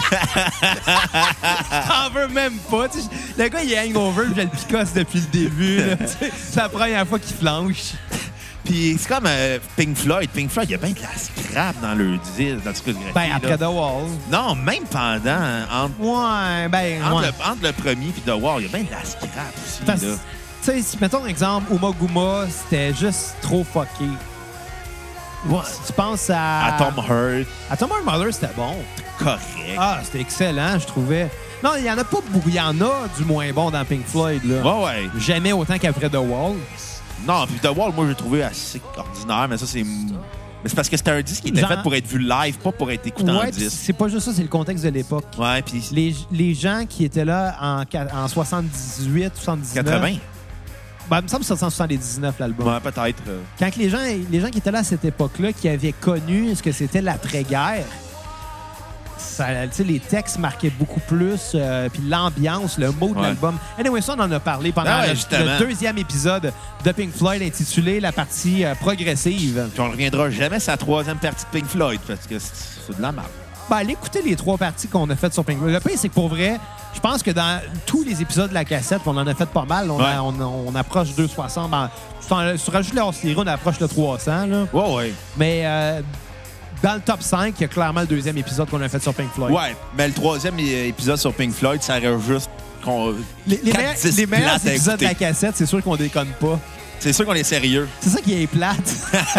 T'en veux même pas. tu sais, Le gars, il est hangover, puis je le picasse depuis le début. là, tu sais. C'est la première fois qu'il flanche. Puis c'est comme euh, Pink Floyd. Pink Floyd, il y a bien de la scrap dans le disque, dans le discographie. Ben, après là. The Wall. Non, même pendant, hein, entre, Ouais, ben, entre, ouais. le, entre le premier et The Wall, il y a bien de la scrap aussi. Parce- là. Tu sais, si, mettons un exemple, Uma Guma, c'était juste trop fucké. Ouais. Tu penses à... Atom Heart, Atom Heart Mother, c'était bon. correct. Ah, c'était excellent, je trouvais. Non, il y en a pas beaucoup. Il y en a du moins bon dans Pink Floyd, là. Ouais, ouais. Jamais autant qu'après The Wall. Non, puis The Wall, moi, j'ai trouvé assez ordinaire, mais ça, c'est... Mais c'est parce que c'était un disque qui était Genre... fait pour être vu live, pas pour être écouté ouais, en disque. c'est pas juste ça, c'est le contexte de l'époque. Ouais, puis... Les, les gens qui étaient là en, en soixante-dix-huit, soixante-dix-neuf... quatre-vingts? Ben, il me semble que c'est en soixante-dix-neuf, l'album. Ouais, peut-être. Euh... Quand les gens, les gens qui étaient là à cette époque-là, qui avaient connu ce que c'était l'après-guerre, ça, les textes marquaient beaucoup plus, euh, puis l'ambiance, le mot de ouais. l'album. Anyway, ça, on en a parlé pendant ah ouais, le, le deuxième épisode de Pink Floyd intitulé La partie euh, progressive. Puis on reviendra jamais sur la troisième partie de Pink Floyd, parce que c'est de la merde. Ben, allez écouter les trois parties qu'on a faites sur Pink Floyd. Le pire, c'est que pour vrai, je pense que dans tous les épisodes de la cassette, on en a fait pas mal. On, ouais. a, on, on approche deux cent soixante. Ben, si tu rajoutes le hors-série, on approche le trois cents. Là. Ouais, ouais. Mais euh, dans le top cinq, il y a clairement le deuxième épisode qu'on a fait sur Pink Floyd. Ouais, mais le troisième épisode sur Pink Floyd, ça aurait juste... Qu'on... Les, les, meilleurs, les meilleurs épisodes de la cassette, c'est sûr qu'on déconne pas. C'est sûr qu'on est sérieux. C'est ça qui est plate.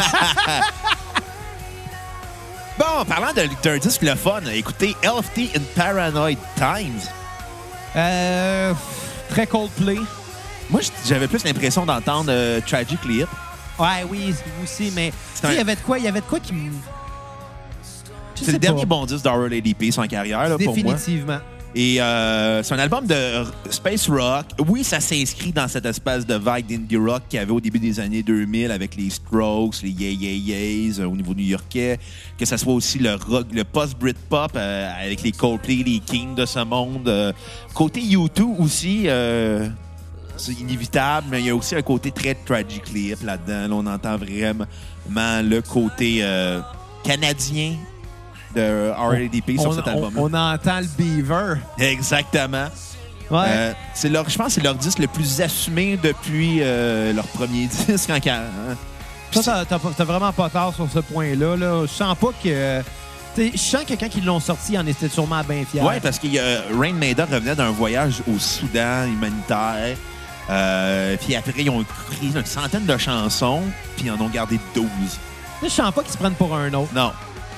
Bon, parlant de, d'un disque le fun, écoutez Healthy in Paranoid Times. Euh, très Coldplay. Moi, j'avais plus l'impression d'entendre euh, Tragically Hip. Ouais, oui, aussi, mais il un... y avait de quoi, il y avait de quoi qui me... C'est le dernier bon disque d'Our Lady Peace en carrière, là, pour moi. Définitivement. Et euh, c'est un album de space rock. Oui, ça s'inscrit dans cette espèce de vague d'indie rock qu'il y avait au début des années deux mille avec les Strokes, les Yeah Yeah Yeahs euh, au niveau new-yorkais. Que ça soit aussi le rock, le post-Britpop euh, avec les Coldplay, les Kings de ce monde. Euh, côté U deux aussi, euh, c'est inévitable, mais il y a aussi un côté très Tragically Hip là-dedans. Là, on entend vraiment le côté euh, canadien de R L D P sur cet album-là. On, on entend le Beaver. Exactement. Ouais. Euh, c'est leur, je pense que c'est leur disque le plus assumé depuis euh, leur premier disque. En... Hein? Ça, t'as, t'as, t'as vraiment pas tard sur ce point-là. Là. Je sens pas que... Je sens que quand ils l'ont sorti, ils en étaient sûrement bien fiers. Oui, parce que euh, Rain Maida revenait d'un voyage au Soudan humanitaire. Euh, puis après, ils ont écrit une centaine de chansons, puis ils en ont gardé douze. Je sens pas qu'ils se prennent pour un autre. Non.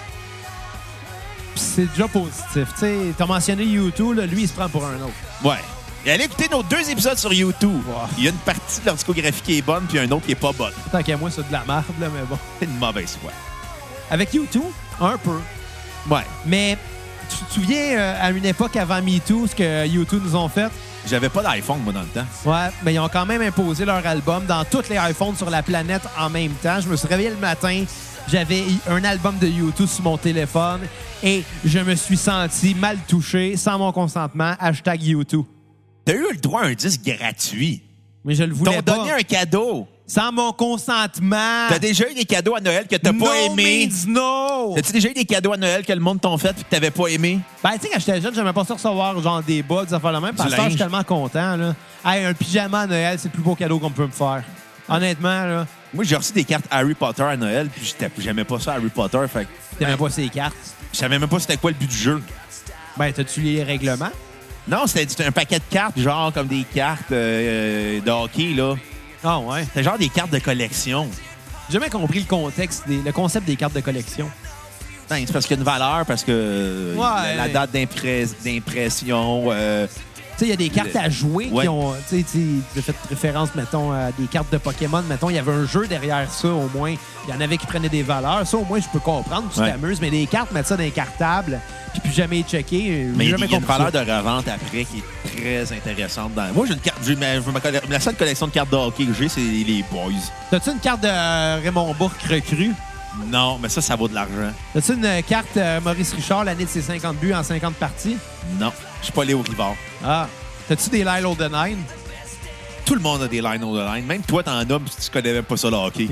C'est déjà positif. Tu as mentionné U deux, là, lui, il se prend pour un autre. Ouais. Et allez écouter nos deux épisodes sur YouTube. Wow. Il y a une partie de leur discographie qui est bonne, puis un autre qui est pas bonne. Tant qu'à moi, c'est de la merde, là, mais bon. C'est une mauvaise foi. Avec U deux, un peu. Ouais. Mais tu te souviens, euh, à une époque avant MeToo, ce que U deux nous ont fait? J'avais pas d'iPhone, moi, dans le temps. Ouais, mais ils ont quand même imposé leur album dans tous les iPhones sur la planète en même temps. Je me suis réveillé le matin, j'avais un album de U deux sur mon téléphone et je me suis senti mal touché, sans mon consentement. Hashtag U deux. T'as eu le droit à un disque gratuit. Mais je le voulais T'ont pas. donné un cadeau. Sans mon consentement. T'as déjà eu des cadeaux à Noël que t'as no pas aimé. Means no. T'as-tu déjà eu des cadeaux à Noël que le monde t'ont fait et que t'avais pas aimé? Ben, tu sais, quand j'étais jeune, j'aimais pas ça recevoir genre des bas, des affaires la même. Parce que je suis tellement content, là. Hey, un pyjama à Noël, c'est le plus beau cadeau qu'on peut me faire. Honnêtement, là. Moi, j'ai reçu des cartes Harry Potter à Noël, puis j'aimais pas ça, Harry Potter. Fait que T'aimais pas ces cartes? je savais même pas c'était quoi le but du jeu. Ben, t'as-tu lu les règlements? Non, c'était c'était un paquet de cartes, genre comme des cartes euh, de hockey, là. Ah, ouais. C'était genre des cartes de collection. J'ai jamais compris le contexte, des, le concept des cartes de collection. Ben, c'est parce qu'il y a une valeur, parce que euh, Ouais. la, la date d'impress- d'impression. Euh, Tu sais, il y a des cartes à jouer Ouais. qui ont... Tu sais, tu as fait référence, mettons, à des cartes de Pokémon. Mettons, il y avait un jeu derrière ça, au moins. Il y en avait qui prenaient des valeurs. Ça, au moins, je peux comprendre. Tu Ouais. t'amuses. Mais des cartes, mettre ça dans les cartables, puis plus jamais checker. mais il y j'ai a jamais il y a une compris valeur ça. de revente après qui est très intéressante. Dans... Moi, j'ai une carte. J'ai ma, ma colle- la seule collection de cartes de hockey que j'ai, c'est les Boys. T'as-tu une carte de euh, Raymond Bourque recrue? Non, mais ça, ça vaut de l'argent. T'as-tu une euh, carte euh, Maurice Richard, l'année de ses cinquante buts en cinquante parties? Non, je suis pas allé au Rivard. Ah. T'as-tu des Lyle O'Denine? Tout le monde a des lines on the line. Même toi, t'en as, puis tu connais même pas ça, le hockey.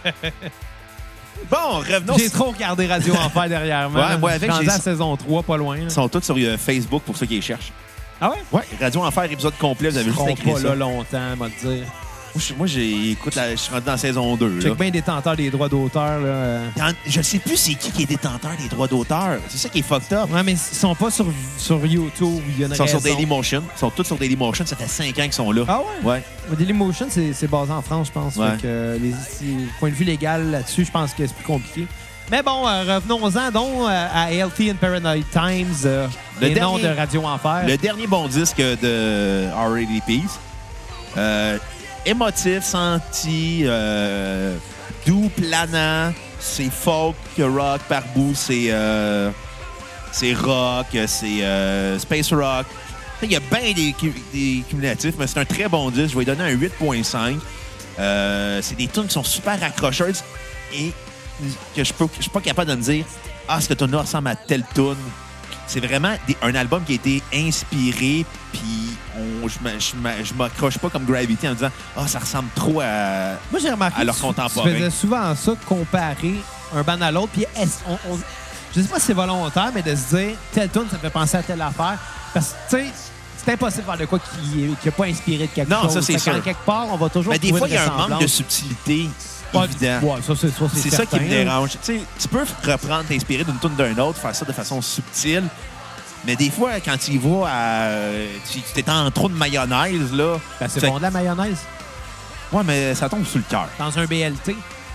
Bon, revenons. J'ai trop regardé Radio Enfer derrière moi. Ouais, moi, avec, Je suis rendu j'ai- à la saison trois, pas loin. là. Ils sont tous sur euh, Facebook pour ceux qui les cherchent. Ah ouais? Ouais, Radio Enfer, épisode complet, vous avez Ils juste seront écrit pas ça. là longtemps, moi te dire. Moi, je- Moi, j'ai, écoute, là, je suis rendu dans la saison deux. Là. Check bien détenteur des droits d'auteur. Là. euh. Dans- Je sais plus c'est qui qui est détenteur des droits d'auteur. C'est ça qui est fucked up. Ouais, mais ils sont pas sur, sur YouTube. Il y a une Ils sont sur raison. Dailymotion. Ils sont tous sur Dailymotion. Ça fait cinq ans qu'ils sont là. Ah ouais? Ouais. Mais Dailymotion, c'est c'est basé en France, je pense. Ouais. Fait que, euh, les, si- point de vue légal là-dessus, je pense que c'est plus compliqué. Mais bon, euh, revenons-en donc euh, à Healthy and Paranoid Times, euh, Le les noms dernier- de Radio Enfer. Le dernier bon disque de R A D Ps. Euh, émotif, senti, euh, doux, planant. C'est folk, rock par bout. C'est euh, c'est rock, c'est euh, space rock. Il y a bien des, cu- des cumulatifs, mais c'est un très bon disque. Je vais lui donner un huit virgule cinq. Euh, c'est des tunes qui sont super accrocheuses et que je peux, je suis pas capable de me dire « Ah, cette tune-là ressemble à telle tune ». C'est vraiment des- un album qui a été inspiré, puis on- je me- je me- je m'accroche pas comme Gravity en disant « Ah, ça ressemble trop à... Moi, j'ai remarqué à leur que contemporain. tu faisais souvent ça, comparer un band à l'autre. Puis, est-ce- on, on- je sais pas si c'est volontaire, mais de se dire, telle tune, ça me fait penser à telle affaire. Parce que, tu sais, c'est impossible de faire de quoi qui n'a pas inspiré de quelque Non, chose. ça, c'est Fait qu'en sûr. quelque part, on va toujours Mais des trouver fois, une il y a un manque de ressemblance. subtilité Ouais, évident. ouais, ça, c'est, ça, c'est, C'est ça qui certain, me là. dérange. Tu sais, tu peux reprendre, t'inspirer d'une tune d'un autre, faire ça de façon subtile, mais des fois, quand tu y vas à... Tu tu t'es en trop de mayonnaise, là... Ben, c'est tu fais- bon de la mayonnaise. Ouais, mais ça tombe sur le cœur. Dans un B L T.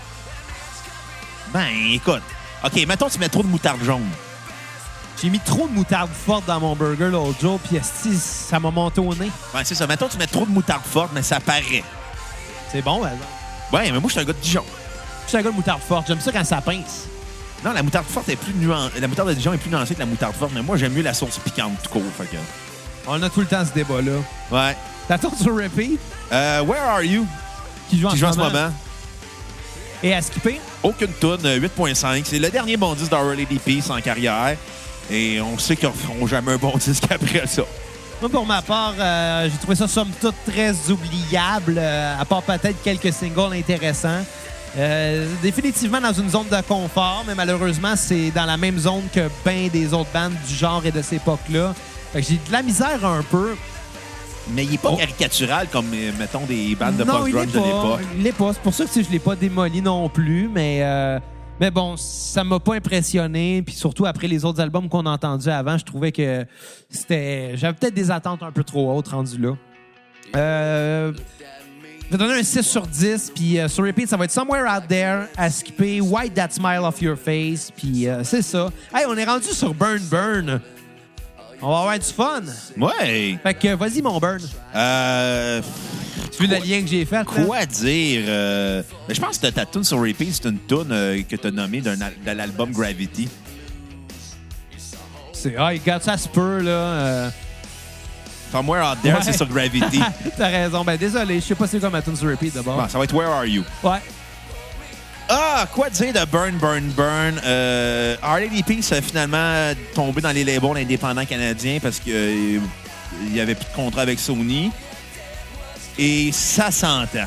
Ben, écoute. OK, mettons, tu mets trop de moutarde jaune. J'ai mis trop de moutarde forte dans mon burger l'autre jour, puis esti, ça m'a monté au nez. Ouais, c'est ça. Mettons, tu mets trop de moutarde forte, mais ça paraît. C'est bon, par exemple. Ouais, mais moi, je suis un gars de Dijon. Je suis un gars de moutarde forte. J'aime ça quand ça pince. Non, la moutarde forte est plus nuancée. La moutarde de Dijon est plus nuancée que la moutarde forte, mais moi, j'aime mieux la sauce piquante tout court. Fait que... On a tout le temps ce débat-là. Ouais. T'attends sur repeat, Euh, Where Are You? qui joue en, Qui ce, joue en ce moment. moment. Et à skipper. Aucune toune, euh, huit virgule cinq. C'est le dernier bon disque d'R A D Ps en carrière. Et on sait qu'ils ne feront jamais un bon disque après ça. Moi, pour ma part, euh, j'ai trouvé ça somme toute très oubliable, euh, à part peut-être quelques singles intéressants. Euh, définitivement dans une zone de confort, mais malheureusement, c'est dans la même zone que bien des autres bandes du genre et de cette époque-là. Fait que j'ai de la misère un peu. Mais il n'est pas Oh. caricatural comme, euh, mettons, des bandes de Non, il post-grunge l'est de pas. l'époque. Il l'est pas. C'est pour ça que tu sais, je l'ai pas démoli non plus, mais... euh, Mais bon, ça m'a pas impressionné. Puis surtout, après les autres albums qu'on a entendus avant, je trouvais que c'était... J'avais peut-être des attentes un peu trop hautes rendues là. Euh... Je vais donner un six sur dix. Puis euh, sur repeat, ça va être Somewhere Out There, à skipper, Wipe That Smile Off Your Face. Puis euh, c'est ça. Hey, on est rendu sur Burn Burn. On va avoir du fun. Ouais. Fait que vas-y, mon Burn. Euh... Tu veux le lien que j'ai fait? là? Quoi dire? Euh, mais je pense que ta tune sur repeat, c'est une tune euh, que tu as nommée d'un al- de l'album Gravity. C'est... Ah, regarde, ça se peut, là. euh. Somewhere Out There, Ouais. c'est sur Gravity. T'as raison. Ben désolé, je sais pas c'est quoi ma tune sur repeat d'abord. Bon, ça va être Where Are You? Ouais. Ah, quoi dire de Burn, Burn, Burn? Euh, R A D P, ça a finalement tombé dans les labels indépendants canadiens parce qu'il n'y avait plus de contrat avec Sony. Et ça s'entend.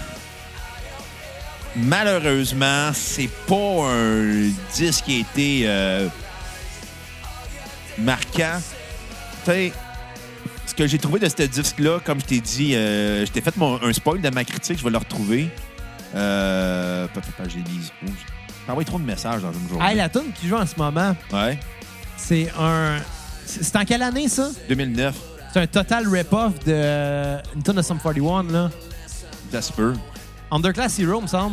Malheureusement, c'est pas un disque qui a été euh, marquant. Tu sais, ce que j'ai trouvé de ce disque-là, comme je t'ai dit, euh, je t'ai fait mon, un spoil de ma critique, je vais le retrouver. Euh, papa, j'ai des rouges. T'envoies trop de messages dans une journée. Hey, la tune qui joue en ce moment, Ouais, c'est un... C'est c'est en quelle année, ça? deux mille neuf. C'est un total rip-off de euh, une tune de Sum quarante et un, là. Ça se peut. Underclass Hero, me semble.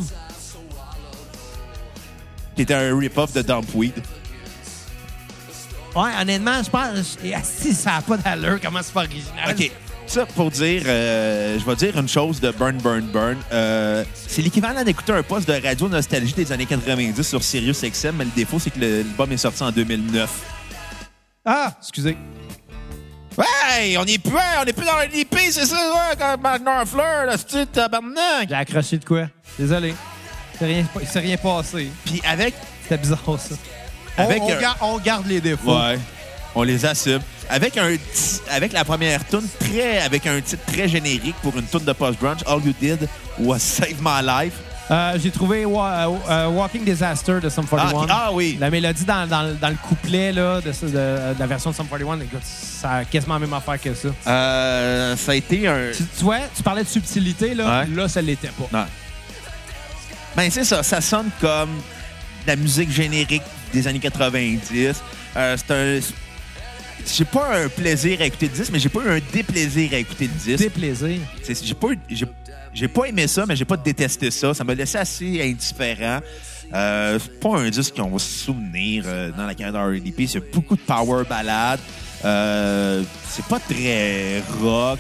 Qui était un rip-off de Dumpweed. Ouais, honnêtement, je pense... Et si ça n'a pas d'allure, comment c'est pas original? OK. Ça, pour dire, euh, je vais dire une chose de Burn, Burn, Burn. Euh, c'est l'équivalent d'écouter un poste de radio nostalgie des années quatre-vingt-dix sur Sirius X M, mais le défaut, c'est que l'album est sorti en deux mille neuf. Ah! Excusez. Hey! On est plus, on est plus dans un I P, c'est ça, là, quand Mark Knopfler, là, c'est tabarnak! J'ai accroché de quoi? Désolé. C'est rien, il s'est rien passé. Puis avec... C'était bizarre, ça. Avec on, on un- gar- on garde les défauts. Ouais. On les assume. Avec un ti- avec la première tune très avec un titre très générique pour une tune de post-grunge, All You Did Was Save My Life. Euh, j'ai trouvé wa- euh, Walking Disaster de Sum Ah, quarante et un. ok. Ah oui. La mélodie dans, dans, dans le couplet là, de, ce- de- de la version de Sum quarante et un, écoute, ça a quasiment la même affaire que ça. Euh, ça a été un Tu, tu vois, tu parlais de subtilité, là. Ouais. Là, ça l'était pas. Non. Ben c'est ça, ça sonne comme de la musique générique des années quatre-vingt-dix. Euh, c'est un j'ai pas un plaisir à écouter le disque, mais j'ai pas eu un déplaisir à écouter le disque. Déplaisir. C'est- J'ai pas eu, j'ai, j'ai pas aimé ça, mais j'ai pas détesté ça. Ça m'a laissé assez indifférent. Euh, c'est pas un disque qu'on va se souvenir euh, dans la carrière de R E D P. C'est beaucoup de power ballade. Euh, c'est pas très rock.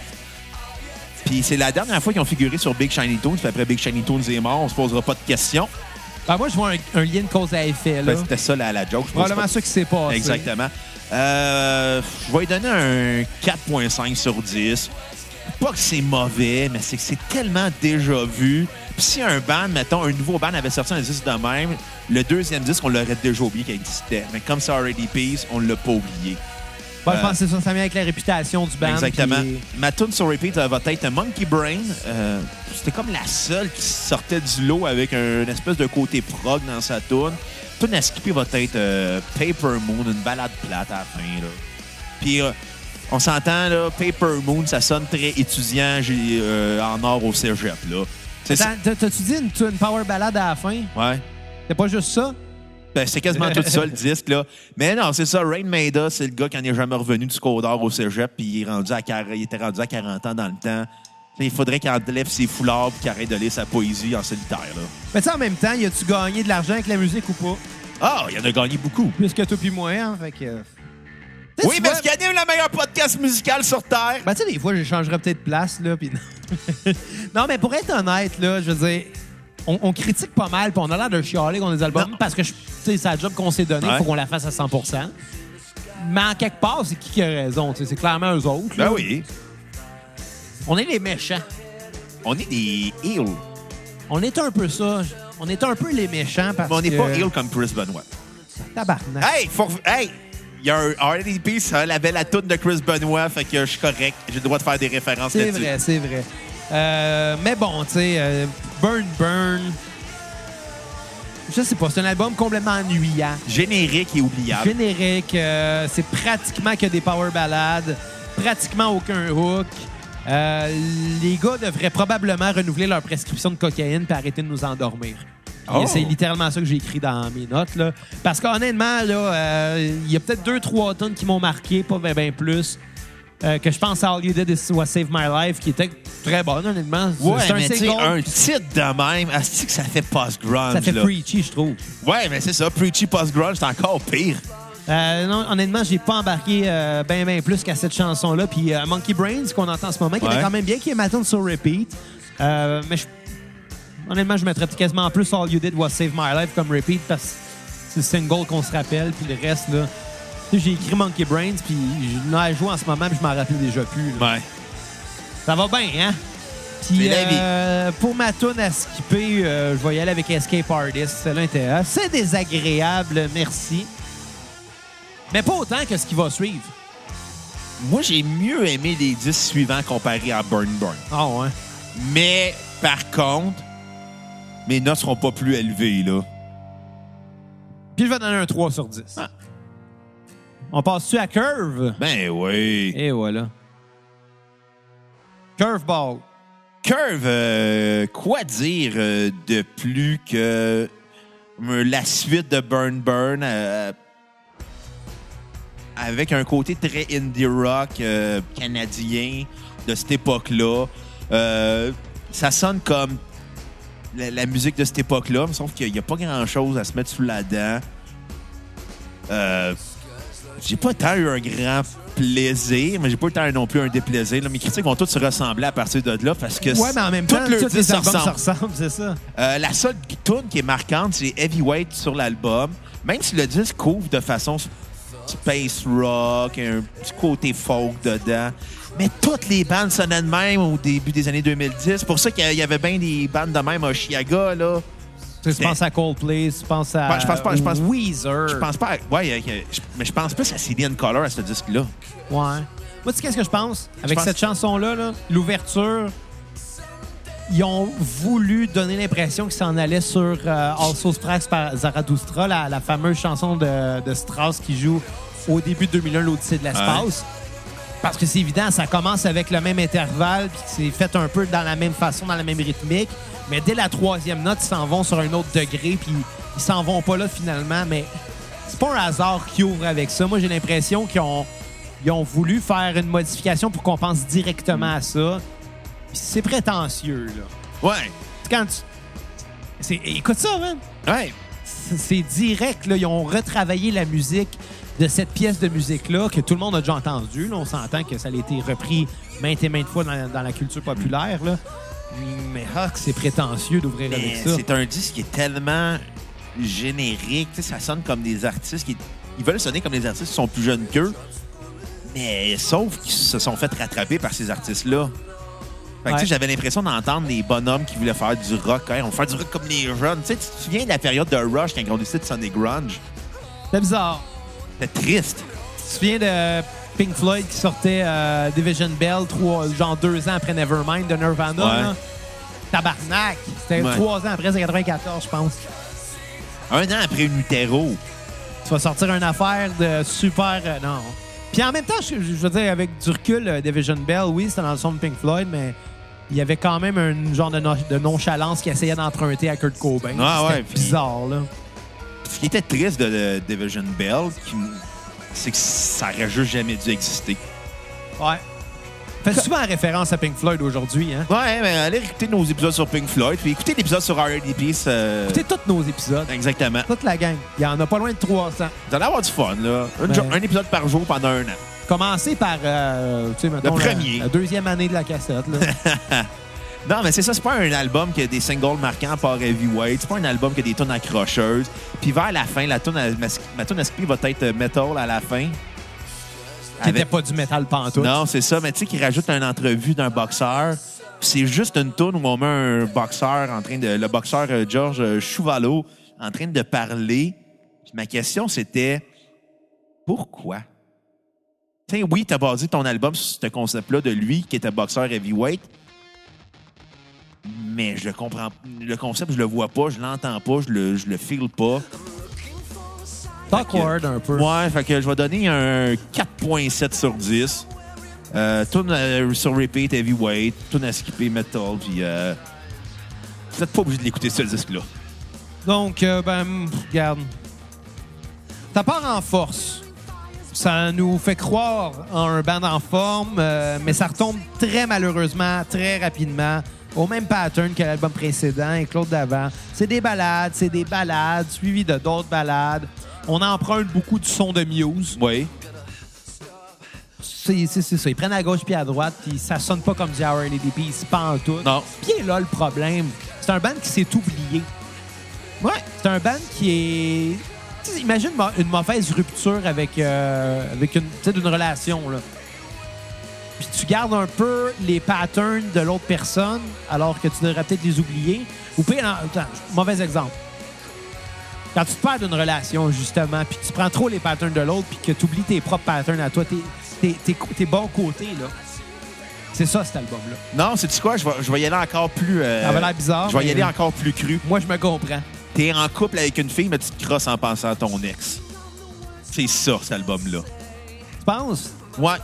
Puis c'est la dernière fois qu'ils ont figuré sur Big Shiny Tunes. Puis après Big Shiny Tunes est mort, on se posera pas de questions. Ben moi, je vois un, un lien de cause à effet. Là. Ben, c'était ça la, la joke. Probablement pas... ça qui s'est passé. Exactement. Euh, je vais lui donner un quatre virgule cinq sur dix. Pas que c'est mauvais, mais c'est que c'est tellement déjà vu. Puis si un band, mettons, un nouveau band avait sorti un disque de même, le deuxième disque, on l'aurait déjà oublié qu'il existait. Mais comme c'est R E D P, on l'a pas oublié. Bon, je pense que c'est ça, ça vient avec la réputation du band. Exactement. Puis... Ma tune sur repeat euh, va être Monkey Brain. Euh, c'était comme la seule qui sortait du lot avec un, une espèce de côté prog dans sa tune. Tune à skipper va être euh, Paper Moon, une balade plate à la fin. Là. Puis euh, on s'entend, là, Paper Moon, ça sonne très étudiant j'ai, euh, en or au cégep. Là. Attends, t'as-tu dit une, une power ballade à la fin? Ouais. C'est pas juste ça? Ben, c'est quasiment tout ça, le disque, là. Mais non, c'est ça. Rain Maida, c'est le gars qui n'en est jamais revenu du Scodor au cégep, puis il, est rendu à, il était rendu à quarante ans dans le temps. T'sais, il faudrait qu'il enlève ses foulards et qu'il arrête de lire sa poésie en solitaire, là. Mais tu sais, en même temps, y a-tu gagné de l'argent avec la musique ou pas? Ah, il en a gagné beaucoup. Plus que toi puis moi, hein? Fait que... Oui, mais ce qu'il anime le meilleur podcast musical sur Terre. Ben, tu sais, des fois, j'échangerais peut-être de place, là, puis... Non, mais pour être honnête, là, je veux dire... On, on critique pas mal, puis on a l'air de chialer qu'on a des albums, non. Parce que c'est la job qu'on s'est donné, il ouais. faut qu'on la fasse à cent pour cent. Mais en quelque part, c'est qui qui a raison? T'sais, c'est clairement eux autres. Ben là. oui. On est les méchants. On est des heels. On est un peu ça. On est un peu les méchants parce que... Mais on n'est que... pas heels comme Chris Benoit. Tabarnak. Hey, faut... hey! Il y a un R E D P, ça avait la toune de Chris Benoit, fait que je suis correct. J'ai le droit de faire des références c'est là-dessus. C'est vrai, c'est vrai. Euh, mais bon, tu sais, euh, Burn Burn, je sais pas, c'est un album complètement ennuyant. Générique et oubliable. Générique, euh, c'est pratiquement que des power ballades, pratiquement aucun hook. Euh, les gars devraient probablement renouveler leur prescription de cocaïne et arrêter de nous endormir. Oh. C'est littéralement ça que j'ai écrit dans mes notes. Là. Parce qu'honnêtement, il euh, y a peut-être deux, trois tonnes qui m'ont marqué, pas bien ben plus. Euh, que je pense à All You Did Is Was Save My Life, qui était très bonne, honnêtement. Ouais, c'est un mais tu sais, un titre de même, est-ce que ça fait post-grunge? Ça fait là? preachy, je trouve. Ouais, mais c'est ça, preachy post-grunge, c'est encore pire. Euh, non, honnêtement, j'ai pas embarqué euh, ben ben plus qu'à cette chanson-là. Puis euh, Monkey Brains, qu'on entend en ce moment, qui ouais. était quand même bien, qui est maintenant sur repeat. Euh, mais je... honnêtement, je mettrais quasiment plus All You Did Was Save My Life comme repeat parce que c'est le single qu'on se rappelle, puis le reste, là... J'ai écrit Monkey Brains, puis je l'ai joué en ce moment, puis je m'en rappelle déjà plus. Là. Ouais. Ça va bien, hein? Puis euh, pour ma toune à skipper, euh, je vais y aller avec Escape Artist. Celle-là était assez désagréable, merci. Mais pas autant que ce qui va suivre. Moi, j'ai mieux aimé les disques suivants comparés à Burn Burn. Ah ouais? Mais, par contre, mes notes seront pas plus élevées, là. Puis je vais donner un trois sur dix. Ah. On passe-tu à Curve? Ben oui. Et voilà. Curveball. Curve, euh, quoi dire euh, de plus que euh, la suite de Burn Burn euh, avec un côté très indie rock euh, canadien de cette époque-là. Euh, ça sonne comme la, la musique de cette époque-là, sauf qu'il n'y a pas grand-chose à se mettre sous la dent. Euh, j'ai pas tant eu un grand plaisir, mais j'ai pas eu tant non plus un déplaisir. Là, mes critiques vont toutes se ressembler à partir de là parce que ouais, mais en même temps, tous les albums se ressemblent, c'est ça. Euh, la seule tune qui est marquante, c'est Heavyweight sur l'album. Même si le disque couvre de façon space rock, un petit côté folk dedans. Mais toutes les bandes sonnaient de même au début des années deux mille dix. C'est pour ça qu'il y avait bien des bandes de même à Chiaga, là. Tu penses à Coldplay, tu penses à ben, je pense pas, je pense, Weezer. Je pense pas à... Ouais, je, mais je pense plus à C D and Color à ce disque-là. Ouais. Moi, tu sais qu'est-ce que je pense? Avec je pense... cette chanson-là, là, l'ouverture, ils ont voulu donner l'impression qu'ils s'en allaient sur euh, Also Sprach par Zarathustra, la, la fameuse chanson de, de Strauss qui joue au début de deux mille un, l'Odyssée de l'espace. Ouais. Parce que c'est évident, ça commence avec le même intervalle, puis c'est fait un peu dans la même façon, dans la même rythmique. Mais dès la troisième note, ils s'en vont sur un autre degré, puis ils s'en vont pas là finalement. Mais c'est pas un hasard qui ouvre avec ça. Moi, j'ai l'impression qu'ils ont, ils ont voulu faire une modification pour qu'on pense directement à ça. Puis c'est prétentieux, là. Ouais. Quand tu... C'est... Écoute ça, man! Ouais. C'est, c'est direct, là. Ils ont retravaillé la musique de cette pièce de musique-là que tout le monde a déjà entendu. Là. On s'entend que ça a été repris maintes et maintes fois dans, dans la culture populaire, là. Mais ah, que c'est prétentieux d'ouvrir Mais avec ça. c'est un disque qui est tellement générique. Tu sais, ça sonne comme des artistes qui... Ils veulent sonner comme des artistes qui sont plus jeunes qu'eux. Mais sauf qu'ils se sont fait rattraper par ces artistes-là. Fait que, Ouais. tu sais, j'avais l'impression d'entendre des bonhommes qui voulaient faire du rock. Hein, on va faire du rock comme les jeunes. Tu sais, tu te souviens de la période de Rush quand ils ont décidé de sonner grunge? C'est bizarre. C'était triste. Tu te souviens de Pink Floyd qui sortait euh, Division Bell trois, genre deux ans après Nevermind de Nirvana? Ouais. Là? Tabarnak! C'était Ouais. trois ans après, c'est quatre-vingt-quatorze, je pense. Un an après Utero. Tu vas sortir une affaire de super... euh, non. Puis en même temps, je, je veux dire, avec du recul, euh, Division Bell, oui, c'était dans le son de Pink Floyd, mais il y avait quand même un genre de, no- de nonchalance qui essayait d'emprunter à Kurt Cobain. Ah C'était ouais, puis- bizarre, là. Ce qui était triste de, de Division Bell, qui- c'est que ça aurait juste jamais dû exister. Ouais. Fait souvent référence à Pink Floyd aujourd'hui, hein? Ouais, mais allez écouter nos épisodes sur Pink Floyd, puis écoutez l'épisode sur R D P. Euh... Écoutez tous nos épisodes. Exactement. Toute la gang. Il y en a pas loin de trois cents. Vous allez avoir du fun, là. Un, Ben- jo- un épisode par jour pendant un an. Commencez par, euh, tu sais, mettons, Le la- premier. La, deuxième année de la cassette, là. Non, mais c'est ça, c'est pas un album qui a des singles marquants par Heavyweight. C'est pas un album qui a des tunes accrocheuses. Puis vers la fin, la tune à, ma, ma tune à skip va être Metal à la fin. Qui Avec- n'était pas du métal pantoute. Non, c'est ça, mais tu sais, qui rajoute une entrevue d'un boxeur. Puis c'est juste une tune où on met un boxeur en train de. Le boxeur euh, George euh, Chuvalo en train de parler. Puis ma question, c'était pourquoi? Tu sais, oui, t'as basé ton album sur ce concept-là de lui qui était boxeur heavyweight. Mais je le comprends. Le concept, je le vois pas, je l'entends pas, je le, je le feel pas. C'est awkward un peu. Ouais, fait que je vais donner un quatre virgule sept sur dix. Euh, tune euh, sur repeat, heavyweight, tune à skipper, metal, puis euh, vous n'êtes pas obligé de l'écouter, ce disque-là. Donc, euh, ben, pff, regarde. Ça part en force. Ça nous fait croire en un band en forme, euh, mais ça retombe très malheureusement, très rapidement, au même pattern que l'album précédent et Claude d'avant. C'est des ballades, c'est des ballades, suivies de d'autres ballades. On emprunte beaucoup du son de Muse. Oui. C'est, c'est, c'est ça. Ils prennent à gauche puis à droite, puis ça sonne pas comme du R L D P, ils se pendent tout. Non. Puis là, le problème, c'est un band qui s'est oublié. Ouais, c'est un band qui est... Tu sais, imagine mo- une mauvaise rupture avec, euh, avec une, tu sais, d'une relation, là. Puis tu gardes un peu les patterns de l'autre personne, alors que tu devrais peut-être les oublier. Ou pire, non, attends, mauvais exemple. Quand tu te perds d'une relation, justement, puis que tu prends trop les patterns de l'autre, puis que tu oublies tes propres patterns à toi, tes, tes, tes, tes bons côtés, là. C'est ça, cet album-là. Non, c'est-tu quoi? Je vais, je vais y aller encore plus... euh, Ça avait l'air bizarre, Je vais y mais- aller encore plus cru. Moi, je me comprends. T'es en couple avec une fille, mais tu te crosses en pensant à ton ex. C'est ça, cet album-là. Tu penses? Ouais.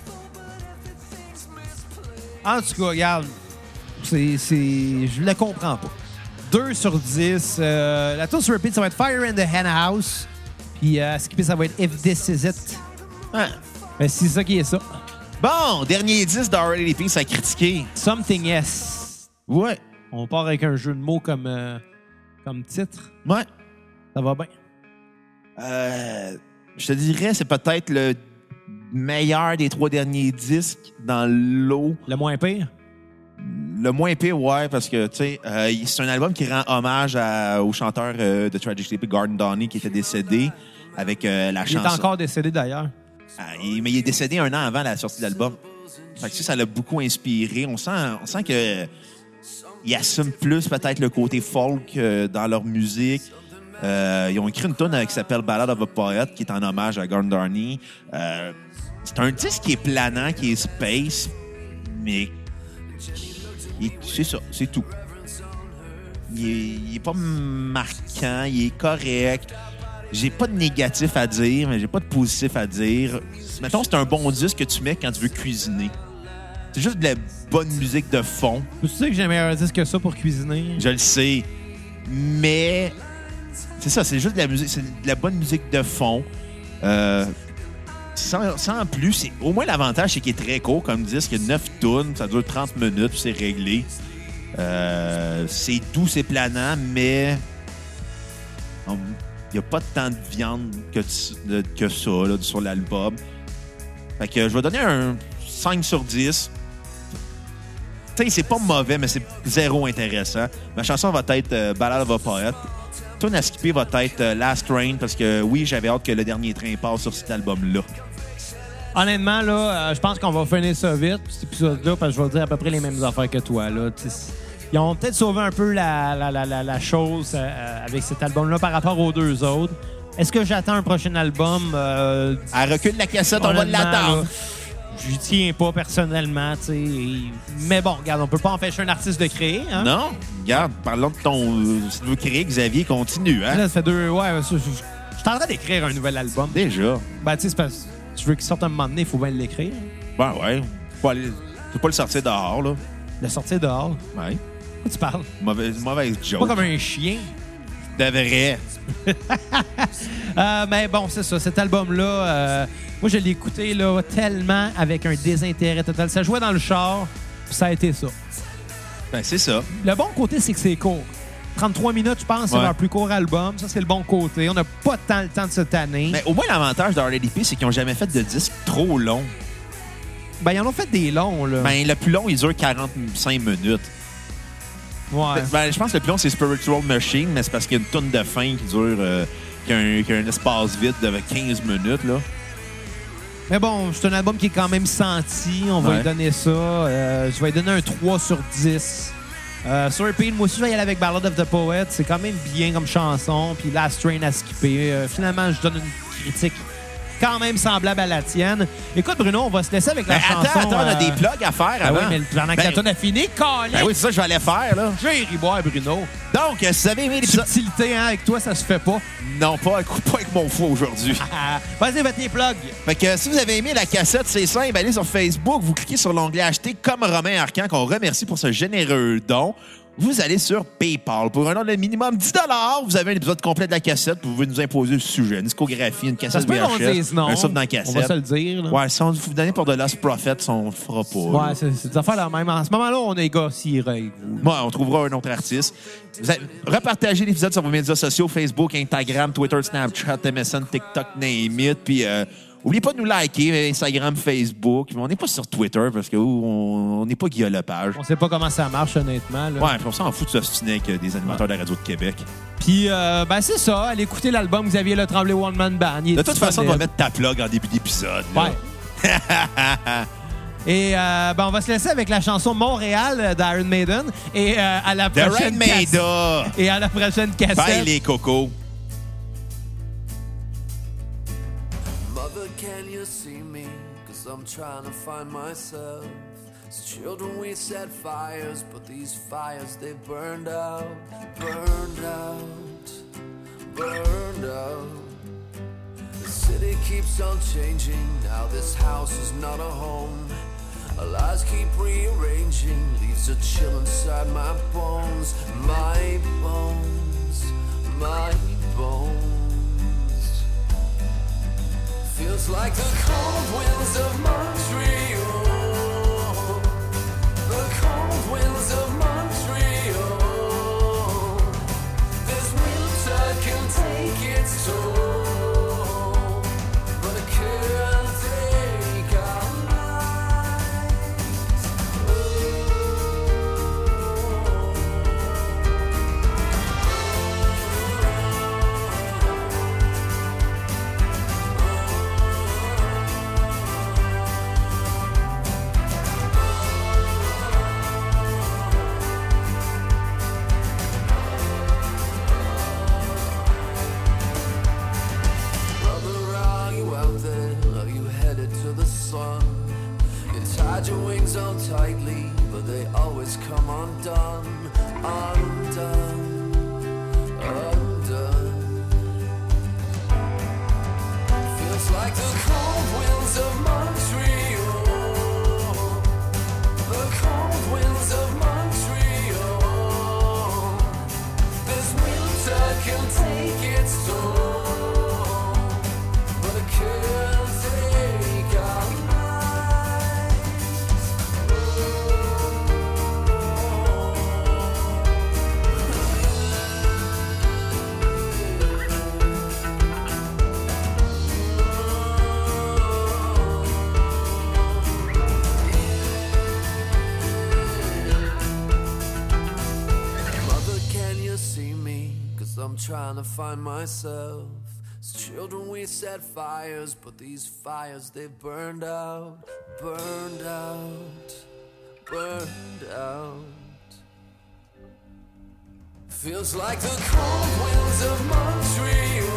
En tout cas, regarde, c'est, c'est... je le comprends pas. deux sur dix. Euh, la tour sur repeat, ça va être Fire in the Hen House. Puis euh, à skipper, ça va être If This Is It. Hein. Ben, c'est ça qui est ça. Bon, dernier disque d'R L D P, ça a critiqué. Something Yes. Ouais. On part avec un jeu de mots comme, euh, comme titre. Ouais. Ça va bien. Euh, je te dirais, c'est peut-être le meilleur des trois derniers disques dans l'eau. Le moins pire? Le moins pire, ouais, parce que, tu sais, euh, c'est un album qui rend hommage à- au chanteur euh, de Tragic Sleep, Gordon Downey, qui était décédé avec euh, la Il chanson. est encore décédé, d'ailleurs. Ah, il- mais il est décédé un an avant la sortie de l'album. Fait que ça, ça l'a beaucoup inspiré. On sent, on sent que ils assument plus peut-être le côté folk euh, dans leur musique. Euh, ils ont écrit une tune qui s'appelle Ballad of a Poet, qui est en hommage à Gordon Downey. Euh, c'est un disque qui est planant, qui est space, mais il- c'est ça, c'est tout. Il est, il est pas marquant, il est correct. J'ai pas de négatif à dire, mais j'ai pas de positif à dire. Mettons, c'est un bon disque que tu mets quand tu veux cuisiner. C'est juste de la bonne musique de fond. Tu sais que j'ai un meilleur disque que ça pour cuisiner? Je le sais. Mais c'est ça, c'est juste de la musique, c'est de la bonne musique de fond. Euh, sans, sans plus, c'est, au moins l'avantage, c'est qu'il est très court comme disque. Il y a neuf tunes, ça dure trente minutes, puis c'est réglé. Euh, c'est doux, c'est planant, mais il n'y a pas tant de viande que, de, que ça là, sur l'album. Fait que je vais donner un cinq sur dix. Tu sais, c'est pas mauvais, mais c'est zéro intéressant. Ma chanson va être euh, Ballad of a Poet. Tune à skipper va être euh, Last Train, parce que oui, j'avais hâte que le dernier train passe sur cet album-là. Honnêtement, là, euh, je pense qu'on va finir ça vite, cet épisode-là, parce que je vais dire à peu près les mêmes affaires que toi. Là. Ils ont peut-être sauvé un peu la, la, la, la, la chose euh, avec cet album-là par rapport aux deux autres. Est-ce que j'attends un prochain album? Euh, À recul de la cassette, on va l'attendre. J'y tiens pas personnellement, tu sais. Mais bon, regarde, on peut pas empêcher un artiste de créer, hein? Non? Regarde, parlons de ton... Euh, si tu veux créer, Xavier, continue, hein? Là, ça fait deux... Ouais, je, je, je suis en train d'écrire un nouvel album. Déjà. Ben, tu sais, c'est parce que tu veux qu'il sorte un moment donné, il faut bien l'écrire. Ben ouais. Faut pas, aller... Faut pas le sortir dehors, là. Le sortir dehors? Ouais. Pourquoi tu parles? Mauvaise, mauvaise joke. Pas comme un chien. De vrai. euh, mais bon, c'est ça. Cet album-là, euh, moi, je l'ai écouté là, tellement avec un désintérêt total. Ça jouait dans le char, puis ça a été ça. Ben, c'est ça. Le bon côté, c'est que c'est court. trente-trois minutes, je pense, c'est Ouais. leur plus court album. Ça, c'est le bon côté. On n'a pas tant le temps de se tanner. Mais au moins, l'avantage de R D P, c'est qu'ils n'ont jamais fait de disque trop long. Ben, ils en ont fait des longs, là. Ben, le plus long, il dure quarante-cinq minutes. ouais. Ben, je pense que le plus long, c'est Spiritual Machine, mais c'est parce qu'il y a une toune de fin qui dure... Euh, qui, a un, qui a un espace vide de quinze minutes, là. Mais bon, c'est un album qui est quand même senti. On va Ouais. lui donner ça. Euh, je vais lui donner un trois sur dix. Euh, sur Repeat, moi aussi, je vais y aller avec Ballad of the Poet. C'est quand même bien comme chanson. Puis Last Train à skipper. Euh, finalement, je donne une critique quand même semblable à la tienne. Écoute, Bruno, on va se laisser avec la Ben, chanson. attends, attends, on a euh, des plugs à faire Ben avant. oui, mais pendant que Ben- la tonne a fini, calé! Ben oui, c'est ça que je vais aller faire, là. Je vais y boire, Bruno. Donc, euh, si vous avez aimé l'épisode... Subtilité, hein, avec toi, ça se fait pas. Non, pas, pas avec mon foie aujourd'hui. Ah, vas-y, va tes plugs. Fait que euh, si vous avez aimé la cassette, c'est simple, allez sur Facebook, vous cliquez sur l'onglet Acheter comme Romain Arcan, qu'on remercie pour ce généreux don. Vous allez sur PayPal. Pour un don de minimum dix dollars, vous avez un épisode complet de la cassette. Vous pouvez nous imposer le sujet, une discographie, une Ça cassette se peut qu'on V H S, dise non. un sub dans la On cassette. va se le dire. Là. Ouais, si on vous donne pour de Lost Prophet, on le fera pas. Ouais, là. c'est c'est des affaires la même. En ce moment-là, on négocie avec vous. Ouais, on trouvera un autre artiste. Vous avez- repartagez l'épisode sur vos médias sociaux, Facebook, Instagram, Twitter, Snapchat, M S N, TikTok, name it. Puis, euh, oubliez pas de nous liker, Instagram, Facebook. On n'est pas sur Twitter parce que ouh, on n'est pas Guillaume Lepage. On sait pas comment ça marche, honnêtement. Là. Ouais, puis on s'en fout de s'ostiner avec euh, des animateurs de la radio de Québec. Puis, euh, ben, c'est ça. Allez écouter l'album Xavier Le Tremblay One Man Band. Il est De toute façon, on va disponible. mettre ta plug en début d'épisode. là. Ouais. Et euh, ben, on va se laisser avec la chanson Montréal d'Iron Maiden. Et euh, à la The Rain prochaine cassette. Maida! Et à la prochaine cassette. Bye les cocos! Mother, can you see me? Cause I'm trying to find myself. As children we set fires, but these fires they burned out, burned out, burned out. The city keeps on changing, now this house is not a home. Our lives keep rearranging, leaves a chill inside my bones, my bones, my bones. Feels like the cold winds of Montreal. The cold winds of Montreal. This winter can take its toll, but it can't take our lives. Brother, are you out there? Are you headed to the sun? You tied your wings on tightly, but they always come undone, undone, undone. Feels like the cold winds of Montreal. The cold winds of Montreal. This winter can take its toll, but it can't take our lives. Oh. I'm trying to find myself. As children we set fires, but these fires they've burned out, burned out, burned out. Feels like the cold winds of Montreal